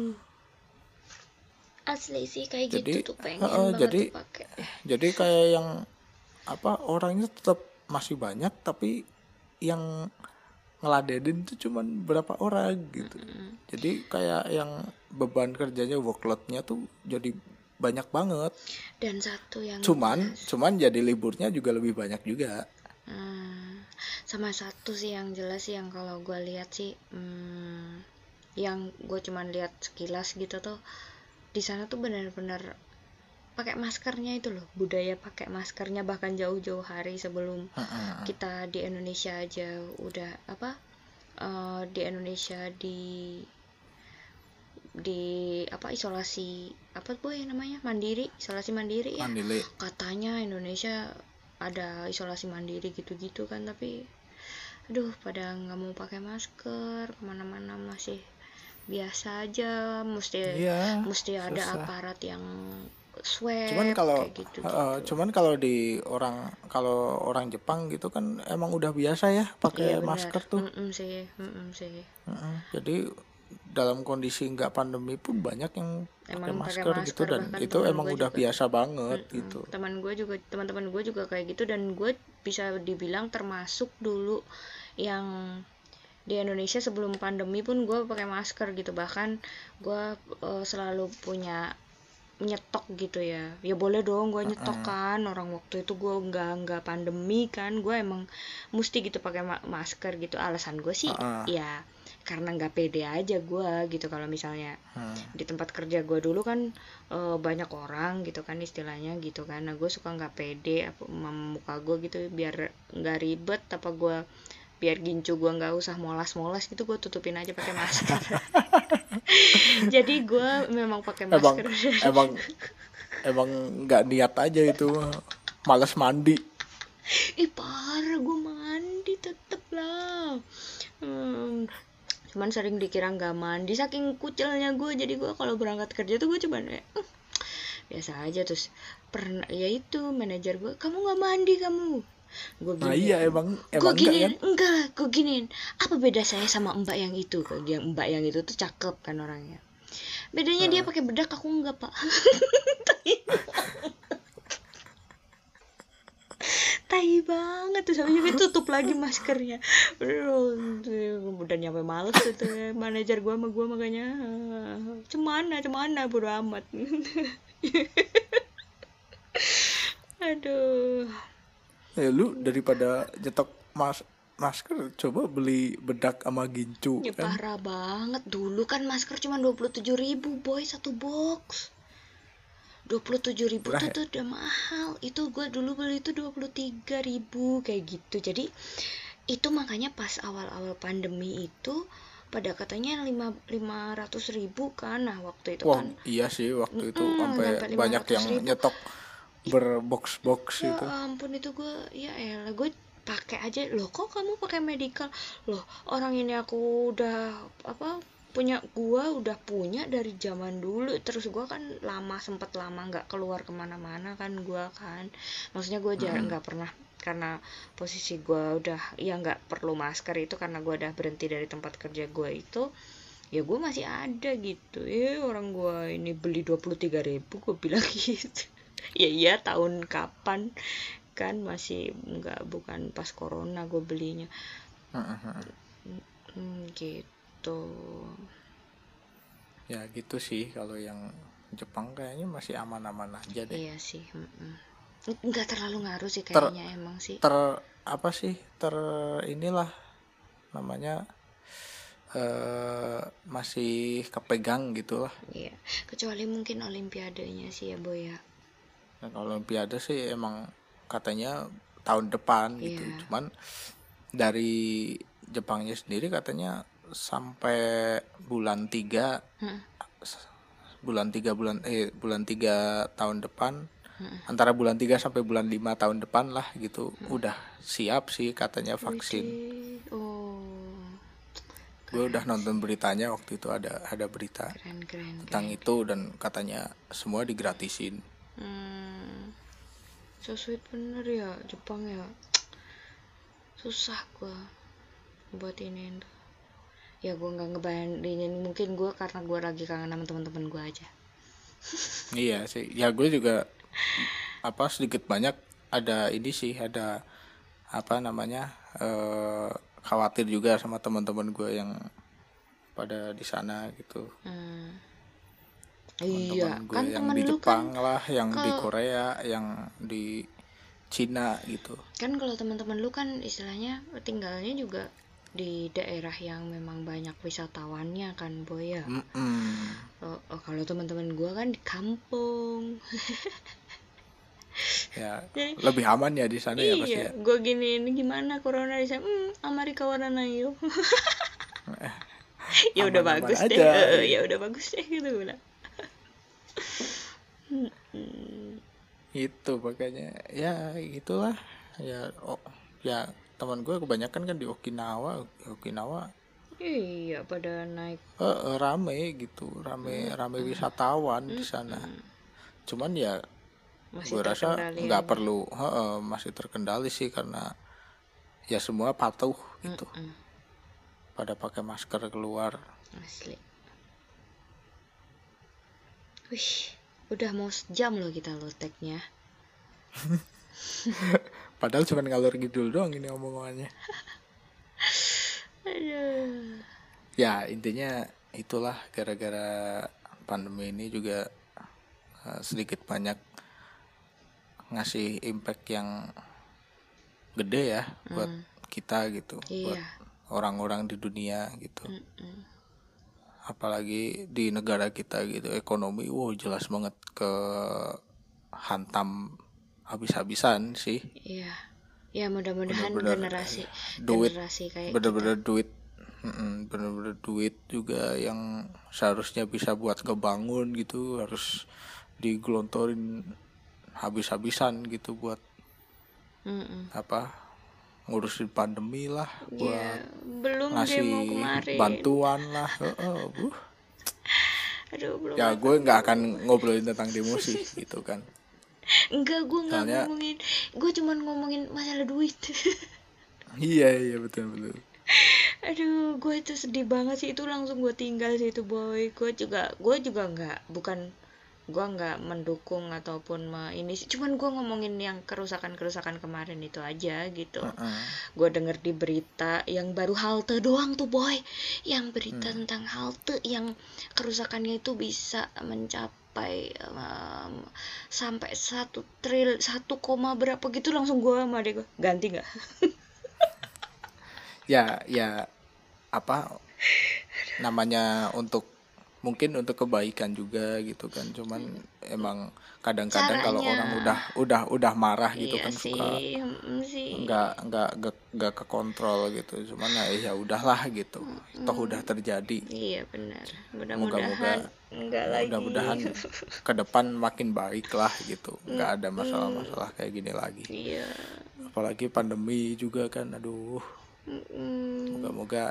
Asli sih kayak Jadi gitu tuh pengen banget tuh pakai. jadi kayak yang orangnya tetap masih banyak, tapi yang ngeladenin tuh cuman berapa orang gitu. Jadi kayak yang beban kerjanya, workloadnya tuh jadi banyak banget. Dan satu yang cuman jadi liburnya juga lebih banyak juga. Sama satu sih yang jelas sih, yang kalau gue lihat sih yang gue cuman lihat sekilas gitu tuh, di sana tuh benar-benar pakai maskernya itu loh, budaya pakai maskernya bahkan jauh-jauh hari sebelum kita di Indonesia aja udah di Indonesia di isolasi yang namanya isolasi mandiri ya. Katanya Indonesia ada isolasi mandiri gitu-gitu kan, tapi aduh pada nggak mau pakai masker, kemana-mana masih biasa aja, mesti ada aparat yang swab. Cuman kalau orang Jepang gitu kan emang udah biasa ya pakai masker tuh. Jadi dalam kondisi nggak pandemi pun banyak yang pakai masker gitu, dan itu emang udah biasa banget gitu. Teman-teman gue juga kayak gitu, dan gue bisa dibilang termasuk dulu yang di Indonesia sebelum pandemi pun gue pakai masker gitu. Bahkan gue selalu punya nyetok gitu ya boleh dong gue nyetok kan, orang waktu itu gue nggak pandemi kan, gue emang mesti gitu pakai masker gitu. Alasan gue sih ya karena nggak pede aja gue gitu, kalau misalnya di tempat kerja gue dulu kan banyak orang gitu kan istilahnya gitu kan. Nah gue suka nggak pede muka gue gitu, biar nggak ribet biar gincu gue nggak usah molas-molas gitu, gue tutupin aja pakai masker. Jadi gue memang pakai masker. Emang nggak niat aja itu, malas mandi. Parah, gue mandi tetep lah. Cuman sering dikira nggak mandi saking kucilnya gue. Jadi gue kalau berangkat kerja tuh gue cuman biasa aja. Terus pernah ya itu manajer gue, kamu nggak mandi kamu, gue Nah gini, iya emang gue enggak kan. enggak, gue giniin, apa beda saya sama mbak yang itu, yang mbak yang itu tuh cakep kan orangnya, bedanya dia Heeh. pakai bedak, aku enggak pak. Tai banget tuh, sampai juga tutup lagi maskernya. Udah nyampe males tuh manajer gua sama gua, makanya cemana bodo amat. Aduh. Lu daripada nyetok masker coba beli bedak sama gincu Ya kan. parah banget. Dulu kan masker cuma 27.000 boy, satu box. 27.000 Murah tuh ya. tuh udah mahal. Itu gue dulu beli itu 23.000 kayak gitu. Jadi itu makanya pas awal-awal pandemi itu pada katanya 500.000 kan. Nah waktu itu Wah kan iya sih waktu itu sampai sampai banyak yang 500.000. nyetok berbox-box Ya itu. ampun, itu gue ya elah, gue pakai aja. Loh kok kamu pakai medical? Loh orang ini aku udah apa, gua udah punya dari zaman dulu. Terus gua kan sempet lama nggak keluar kemana-mana kan, gua kan maksudnya gue jarang, nggak pernah, karena posisi gua udah ya nggak perlu masker itu, karena gua udah berhenti dari tempat kerja gua itu. Ya gue masih ada gitu ya, orang gue ini beli 23.000, gue bilang gitu. Ya iya, tahun kapan kan, masih nggak, bukan pas corona gue belinya. Gitu. Ya gitu sih, kalau yang Jepang kayaknya masih aman-aman aja deh. Iya sih, nggak terlalu ngaruh sih ter kayaknya, emang sih. ter apa sih ter inilah namanya masih kepegang gitulah. Iya, kecuali mungkin olimpiadenya sih ya boy ya. Dan olimpiade sih emang katanya tahun depan gitu, Iya. cuman dari Jepangnya sendiri katanya sampai bulan 3 bulan 3 tahun depan, antara bulan 3 sampai bulan 5 tahun depan lah gitu, udah siap sih katanya vaksin. Widih. Oh, Gue udah keren nonton sih. beritanya waktu itu, ada berita tentang Keren. itu dan katanya semua digratisin. So sweet bener ya Jepang ya. Susah gua buat ini tuh. Ya gue nggak ngebayangin, mungkin gue karena gue lagi kangen sama teman-teman gue aja. Iya sih, ya gue juga sedikit banyak ada ini sih, ada apa namanya khawatir juga sama teman-teman gue yang pada di sana gitu. Iya Teman-teman gue kan, yang temen di lu kan, Jepang lah, yang di kalau Korea, yang di Cina gitu. kan kalau teman-teman lu kan istilahnya tinggalnya juga di daerah yang memang banyak wisatawannya kan boy ya. Kalau teman-teman gue kan di kampung. Ya Jadi lebih aman ya di sana ya pasti iya, ya. gue gini, gimana corona di sana? Amerika warna nayo. Ya udah Aman-aman bagus deh, aja. ya udah bagus deh gitu gue bilang. Itu makanya ya itulah ya. Ya teman gue kebanyakan kan di Okinawa. Iya, pada naik. Rame gitu, rame wisatawan di sana. Cuman ya Masih gue rasa terkendali nggak aja. perlu, masih terkendali sih, karena ya semua patuh gitu, pada pakai masker keluar. Asli. Wih, udah mau sejam loh kita lo tag-nya. Padahal cuma ngalor ngidul doang ini omongannya. Aduh. Ya intinya itulah, gara-gara pandemi ini juga sedikit banyak ngasih impact yang gede ya buat kita gitu, buat Iya. orang-orang di dunia gitu. Apalagi di negara kita gitu, ekonomi jelas banget ke hantam habis-habisan sih. Iya. Ya mudah-mudahan Bener-bener duit, generasi kayak bener-bener kita. duit, bener-bener duit juga yang seharusnya bisa buat ngebangun gitu, harus digelontorin habis-habisan gitu buat apa, ngurusin pandemi lah, buat Ya, belum ngasih demo kemarin. bantuan lah. Aduh, belum Ya makan gue nggak dulu. akan ngobrolin tentang demo sih gitu kan. Enggak, gue nggak Soalnya ngomongin, gue cuman ngomongin masalah duit. iya iya betul betul. Aduh, gue itu sedih banget sih, itu langsung gue tinggal sih itu boy. Gue juga nggak, bukan, gue nggak mendukung ataupun ini sih, cuman gue ngomongin yang kerusakan kemarin itu aja gitu. Heeh. Gue denger di berita yang baru halte doang tuh boy, yang berita Hmm. tentang halte yang kerusakannya itu bisa mencapai sampai 1 koma berapa gitu, langsung gue sama adek gue ganti nggak. Ya ya apa namanya untuk mungkin untuk kebaikan juga gitu kan, cuman emang kadang-kadang kalau Caranya, orang udah marah gitu iya kan suka sih, sih. nggak kekontrol gitu, cuman ya udahlah gitu, toh udah terjadi. Iya benar, mudah-mudahan Moga-moga enggak lagi. mudah-mudahan ke depan makin baik lah gitu, nggak ada Mm, masalah-masalah kayak gini lagi, iya. apalagi pandemi juga kan, aduh. Mm, Moga-moga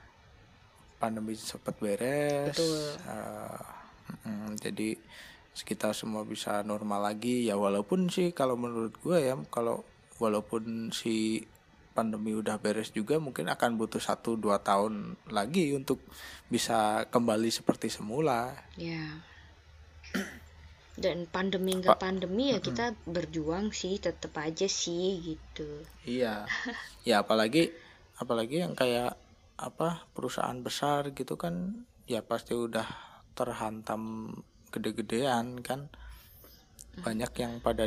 pandemi cepat beres. betul. Jadi kita semua bisa normal lagi ya, walaupun sih kalau menurut gue ya, kalau walaupun si pandemi udah beres juga mungkin akan butuh 1-2 tahun lagi untuk bisa kembali seperti semula. Ya. Dan pandemi nggak Pak. pandemi ya kita berjuang sih, tetap aja sih gitu. Iya. Ya apalagi apalagi yang kayak apa perusahaan besar gitu kan, ya pasti udah terhantam gede-gedean kan, banyak yang pada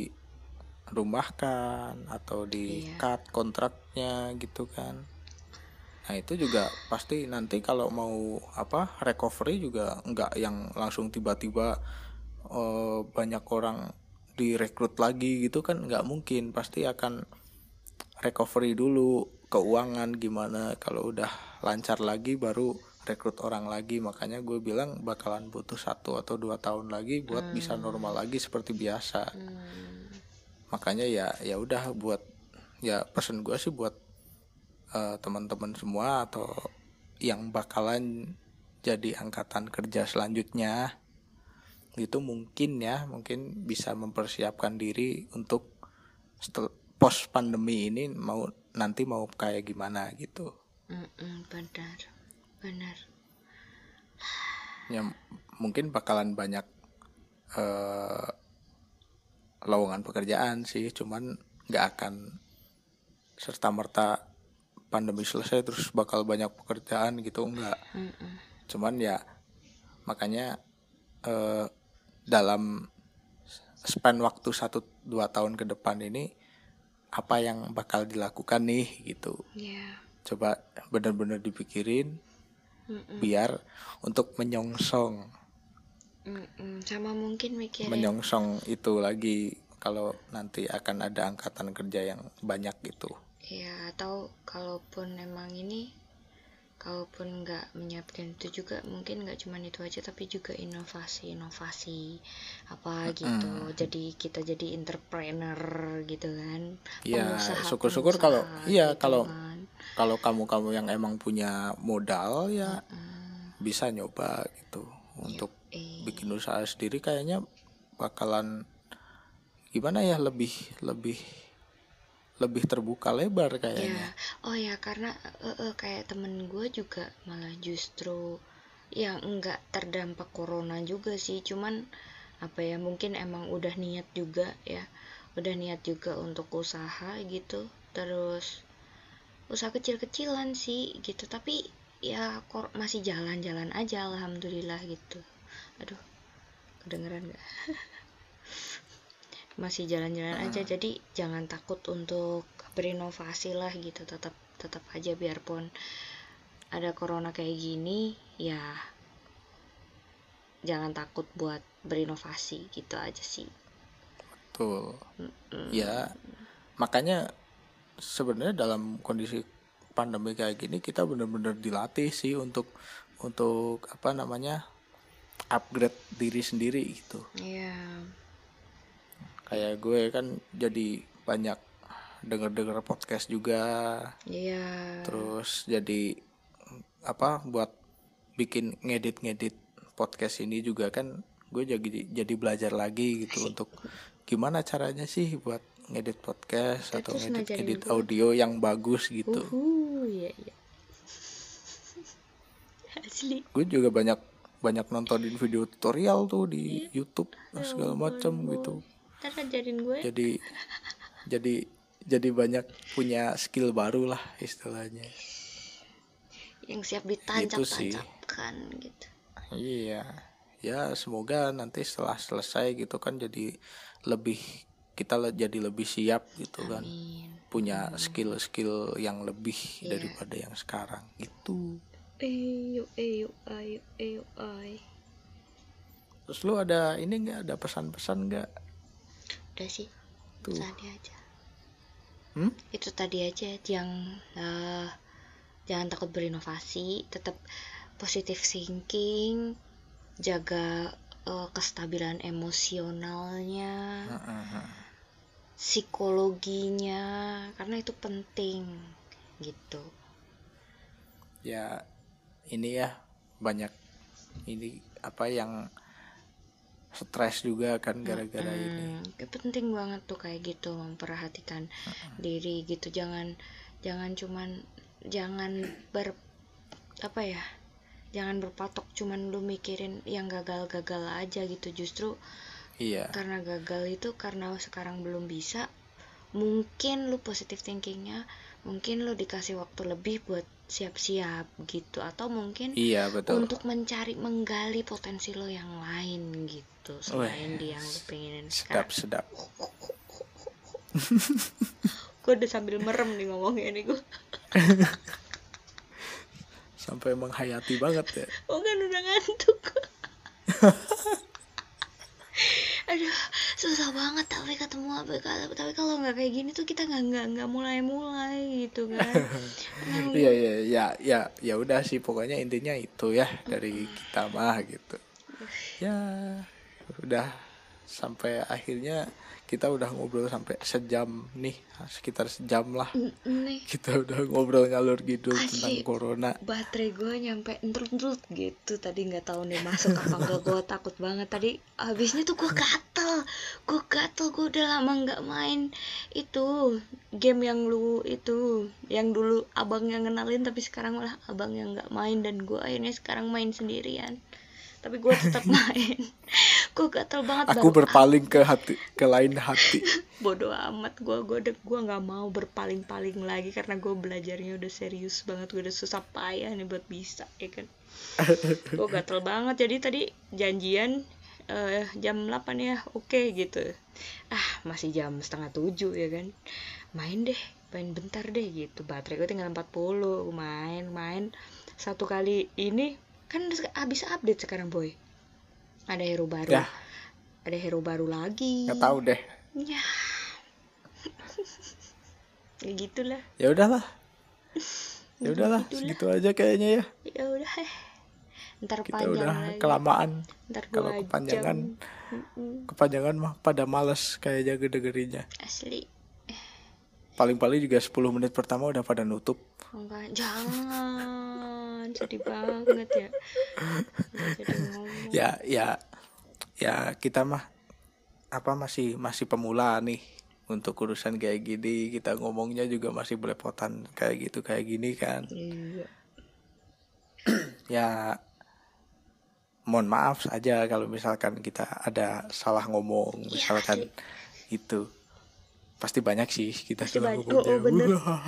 dirumahkan atau di Iya. cut kontraknya gitu kan. Nah itu juga pasti nanti kalau mau apa recovery juga nggak yang langsung tiba-tiba banyak orang direkrut lagi gitu kan, nggak mungkin, pasti akan recovery dulu keuangan gimana, kalau udah lancar lagi baru rekrut orang lagi. Makanya gue bilang bakalan butuh 1 atau 2 tahun lagi buat bisa normal lagi seperti biasa. Makanya ya udah, buat ya pesen gue sih buat teman-teman semua atau yang bakalan jadi angkatan kerja selanjutnya itu, mungkin bisa mempersiapkan diri untuk post pandemi ini mau kayak gimana gitu. Benar, benar. Ya mungkin bakalan banyak eh, lowongan pekerjaan sih, cuman nggak akan serta merta pandemi selesai terus bakal banyak pekerjaan gitu, enggak. Cuman ya makanya eh, dalam span waktu 1-2 tahun ke depan ini apa yang bakal dilakukan nih gitu, Ya. coba benar-benar dipikirin biar untuk Sama mungkin mikirin, menyongsong itu lagi kalau nanti akan ada angkatan kerja yang banyak gitu. ya, atau kalaupun nggak menyiapkan itu juga mungkin nggak cuma itu aja, tapi juga inovasi apa gitu, jadi kita jadi entrepreneur gitu kan, Ya pengusaha syukur-syukur kalau pengusaha iya, gitu kalau kan. kalau kamu yang emang punya modal ya bisa nyoba gitu Yuk, untuk bikin usaha sendiri, kayaknya bakalan gimana ya, lebih lebih lebih terbuka lebar ya, kayaknya. oh ya, karena kayak temen gue juga malah justru yang enggak terdampak corona juga sih, cuman apa ya, mungkin emang udah niat juga ya, udah niat juga untuk usaha gitu, terus usaha kecil-kecilan sih gitu, tapi ya masih jalan-jalan aja alhamdulillah gitu. Aduh, kedengeran gak? Masih jalan-jalan aja, jadi jangan takut untuk berinovasi lah gitu, tetap tetap aja biarpun ada corona kayak gini ya, jangan takut buat berinovasi gitu aja sih. Tuh ya, makanya sebenarnya dalam kondisi pandemi kayak gini kita benar-benar dilatih sih untuk apa namanya upgrade diri sendiri gitu. Iya. Kayak gue kan jadi banyak denger-denger podcast juga, Iya. terus jadi apa buat bikin ngedit-ngedit podcast ini juga kan gue jadi belajar lagi gitu untuk gimana caranya sih buat ngedit podcast atau Terus ngedit ngajarin edit gue. audio yang bagus gitu. Iya. Asli. Gue juga banyak nontonin video tutorial tuh di YouTube segala macam gitu. Ntar ngajarin gue. Jadi banyak punya skill baru lah istilahnya. Yang siap ditancap-tancapkan gitu. Iya. Ya semoga nanti setelah selesai gitu kan jadi jadi lebih siap gitu kan. Amin. Punya skill-skill yang lebih daripada yang sekarang gitu. Ayo. Terus lu ada ada pesan-pesan nggak? Udah sih. Tuh. Tadi aja. Itu tadi aja yang jangan takut berinovasi, tetap positive thinking, jaga kestabilan emosionalnya, psikologinya, karena itu penting gitu. Ya ini ya banyak yang stres juga kan gara-gara ini. Penting banget tuh kayak gitu, memperhatikan diri gitu. Jangan berpatok cuman lu mikirin yang gagal-gagal aja gitu. Justru karena gagal itu karena sekarang belum bisa, mungkin lu positive thinkingnya, mungkin lu dikasih waktu lebih buat siap-siap gitu, atau mungkin untuk menggali potensi lo yang lain gitu selain di yang lo pengenin sekarang. Sedap. Gue udah sambil merem nih ngomongnya nih gue. Sampai menghayati banget ya. Oh kan udah ngantuk. Aduh, susah banget tapi ketemu tapi kalau nggak kayak gini tuh kita nggak mulai gitu kan. Ya udah sih, pokoknya intinya itu ya dari kita mah gitu. Ya udah sampai akhirnya kita udah ngobrol sampai sejam nih, sekitar sejam lah. Kita udah ngobrol ngalur ngidul tentang corona. Baterai gue nyampe entrut gitu tadi, nggak tahu nih masuk apa enggak. Gue takut banget tadi. Habisnya tuh gue gatel. Gue udah lama nggak main itu game yang yang dulu abang yang kenalin, tapi sekarang malah abang yang nggak main, dan gue akhirnya sekarang main sendirian. Tapi gue tetap main. Gue gatel banget. Aku berpaling ke lain hati. Bodoh amat, gue nggak mau berpaling-paling lagi karena gue belajarnya udah serius banget. Gue udah susah payah nih buat bisa, ya kan. Gue gatel banget. Jadi tadi janjian jam 8 ya, oke gitu. Masih jam 6:30 ya kan. Main bentar deh gitu. Baterai gue tinggal 40. Main satu kali ini kan habis update sekarang, boy. Ada hero baru. Ada hero baru lagi. Nggak tahu deh. Ya. Ya gitulah. Ya udahlah, segitu aja kayaknya ya. Ya udah. Ntar kita panjang udah lagi. Kelamaan. Ntar kalau kepanjangan mah pada males kayaknya dengerinnya. Asli. Paling-paling juga 10 menit pertama udah pada nutup. Enggak, jangan. Sedih banget ya. Ya kita mah masih pemula nih untuk urusan kayak gini. Kita ngomongnya juga masih belepotan kayak gini kan. Iya. Ya mohon maaf aja kalau misalkan kita ada salah ngomong, misalkan itu. Pasti banyak sih kita salah ngomongnya. Bener.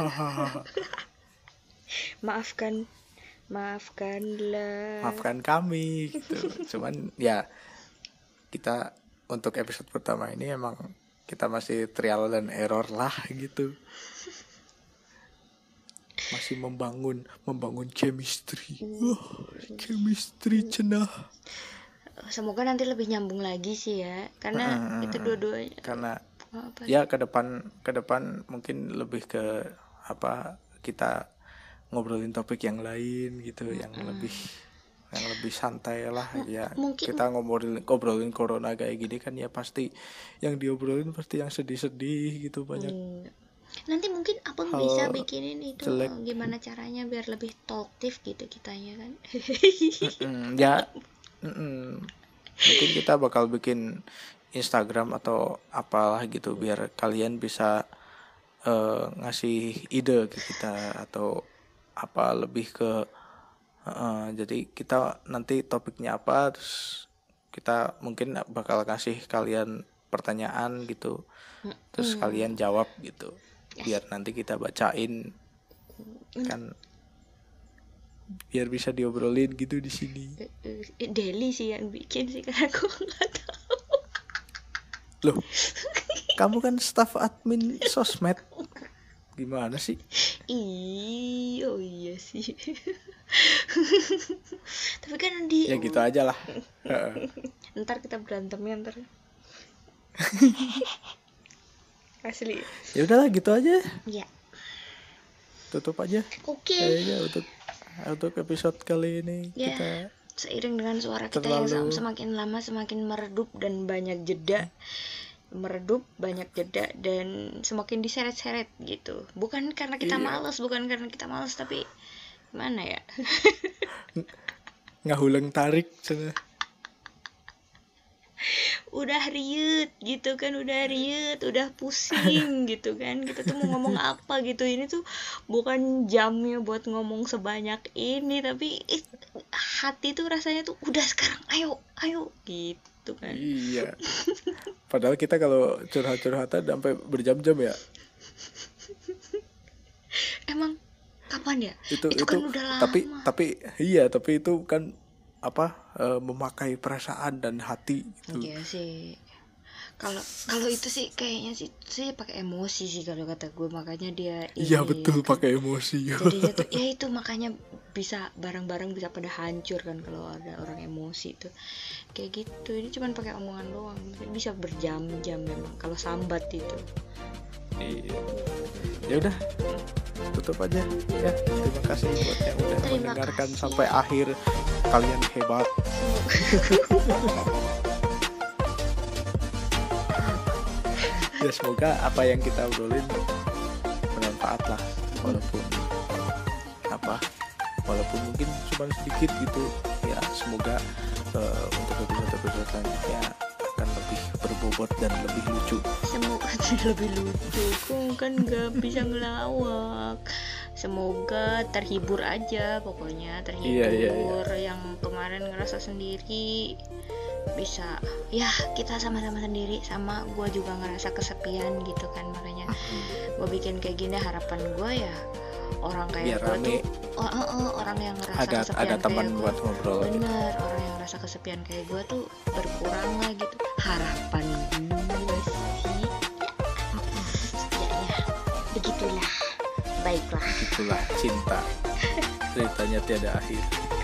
Maafkanlah. Maafkan kami gitu. Cuman ya kita untuk episode pertama ini emang kita masih trial dan error lah gitu. Masih membangun chemistry. Chemistry cenah. Semoga nanti lebih nyambung lagi sih ya, karena itu dua-duanya. Karena ya ke depan mungkin lebih ke kita ngobrolin topik yang lain gitu, yang lebih santai lah ya. Mungkin kita ngobrolin corona kayak gini kan ya, pasti yang diobrolin pasti yang sedih-sedih gitu banyak. Nanti mungkin abang bisa bikinin itu jelek. Gimana caranya biar lebih talkative gitu kitanya kan. Mm-mm. Mungkin kita bakal bikin Instagram atau apalah gitu biar kalian bisa ngasih ide ke kita atau apa lebih ke jadi kita nanti topiknya apa, terus kita mungkin bakal kasih kalian pertanyaan gitu, terus kalian jawab gitu, biar nanti kita bacain kan, biar bisa diobrolin gitu di sini. Deli sih yang bikin sih, karena aku nggak tahu. Loh, kamu kan staf admin sosmed, gimana sih? Oh iya sih. Tapi kan di Ya gitu aja lah. ntar kita berantemnya ntar. Asli. Ya udahlah gitu aja. Ya. Tutup aja. Oke. Kayaknya untuk episode kali ini Ya. kita Seiring dengan suara kita yang semakin lama semakin meredup dan banyak jeda. Dan semakin diseret-seret gitu. Bukan karena kita malas, tapi gimana ya? ngahuleng tarik sana. Udah riut gitu kan, udah pusing gitu kan. Kita tuh mau ngomong apa gitu. Ini tuh bukan jamnya buat ngomong sebanyak ini, tapi hati tuh rasanya tuh udah sekarang ayo gitu kan. Iya. Padahal kita kalau curhat-curhatan sampai berjam-jam ya. Emang kapan ya? Itu kan udah lama. Tapi itu kan memakai perasaan dan hati gitu. Iya sih. Kalau itu sih kayaknya sih pakai emosi sih kalau kata gue, makanya dia iya betul kan, pakai emosi. Jadinya tuh ya itu makanya bisa bareng-bareng bisa pada hancur kan kalau ada orang emosi tuh kayak gitu. Ini cuma pakai omongan doang bisa berjam-jam memang kalau sambat itu. Iya. Ya udah, tutup aja ya. Terima kasih buat yang udah mendengarkan sampai akhir. Kalian hebat. Ya semoga apa yang kita obrolin bermanfaat lah, walaupun mungkin cuma sedikit gitu ya. Semoga untuk episode selanjutnya akan lebih berbobot dan lebih lucu. Semoga lebih lucu, aku kan nggak bisa ngelawak. Semoga terhibur aja, pokoknya terhibur. Iya. Yang kemarin ngerasa sendiri bisa ya, kita sama-sama sendiri, sama gue juga ngerasa kesepian gitu kan, makanya gue bikin kayak gini. Harapan gue ya orang kayak gue tuh orang yang ngerasa kesepian ada teman kayak buat ngobrol. Bener gitu. Orang yang ngerasa kesepian kayak gue tuh berkurang lah gitu, harapan gue sih. Ya begitulah. Baiklah Cinta ceritanya tiada akhir.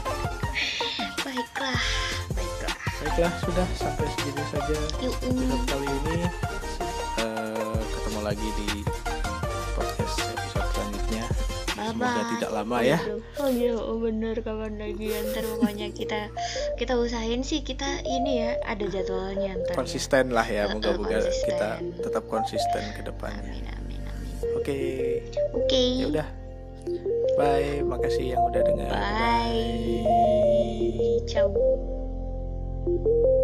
Baiklah, sudah sampai segini saja episode kali ini. Ketemu lagi di podcast episode selanjutnya. Semoga tidak lama ya. Bener, kapan lagi ntar pokoknya kita usahain sih, kita ini ya ada jadwalnya ntar. Konsisten ya. Lah ya, moga-moga kita tetap konsisten ke depannya. Amin. Oke. Ya udah. Bye, makasih yang udah dengar. Bye. Ciao.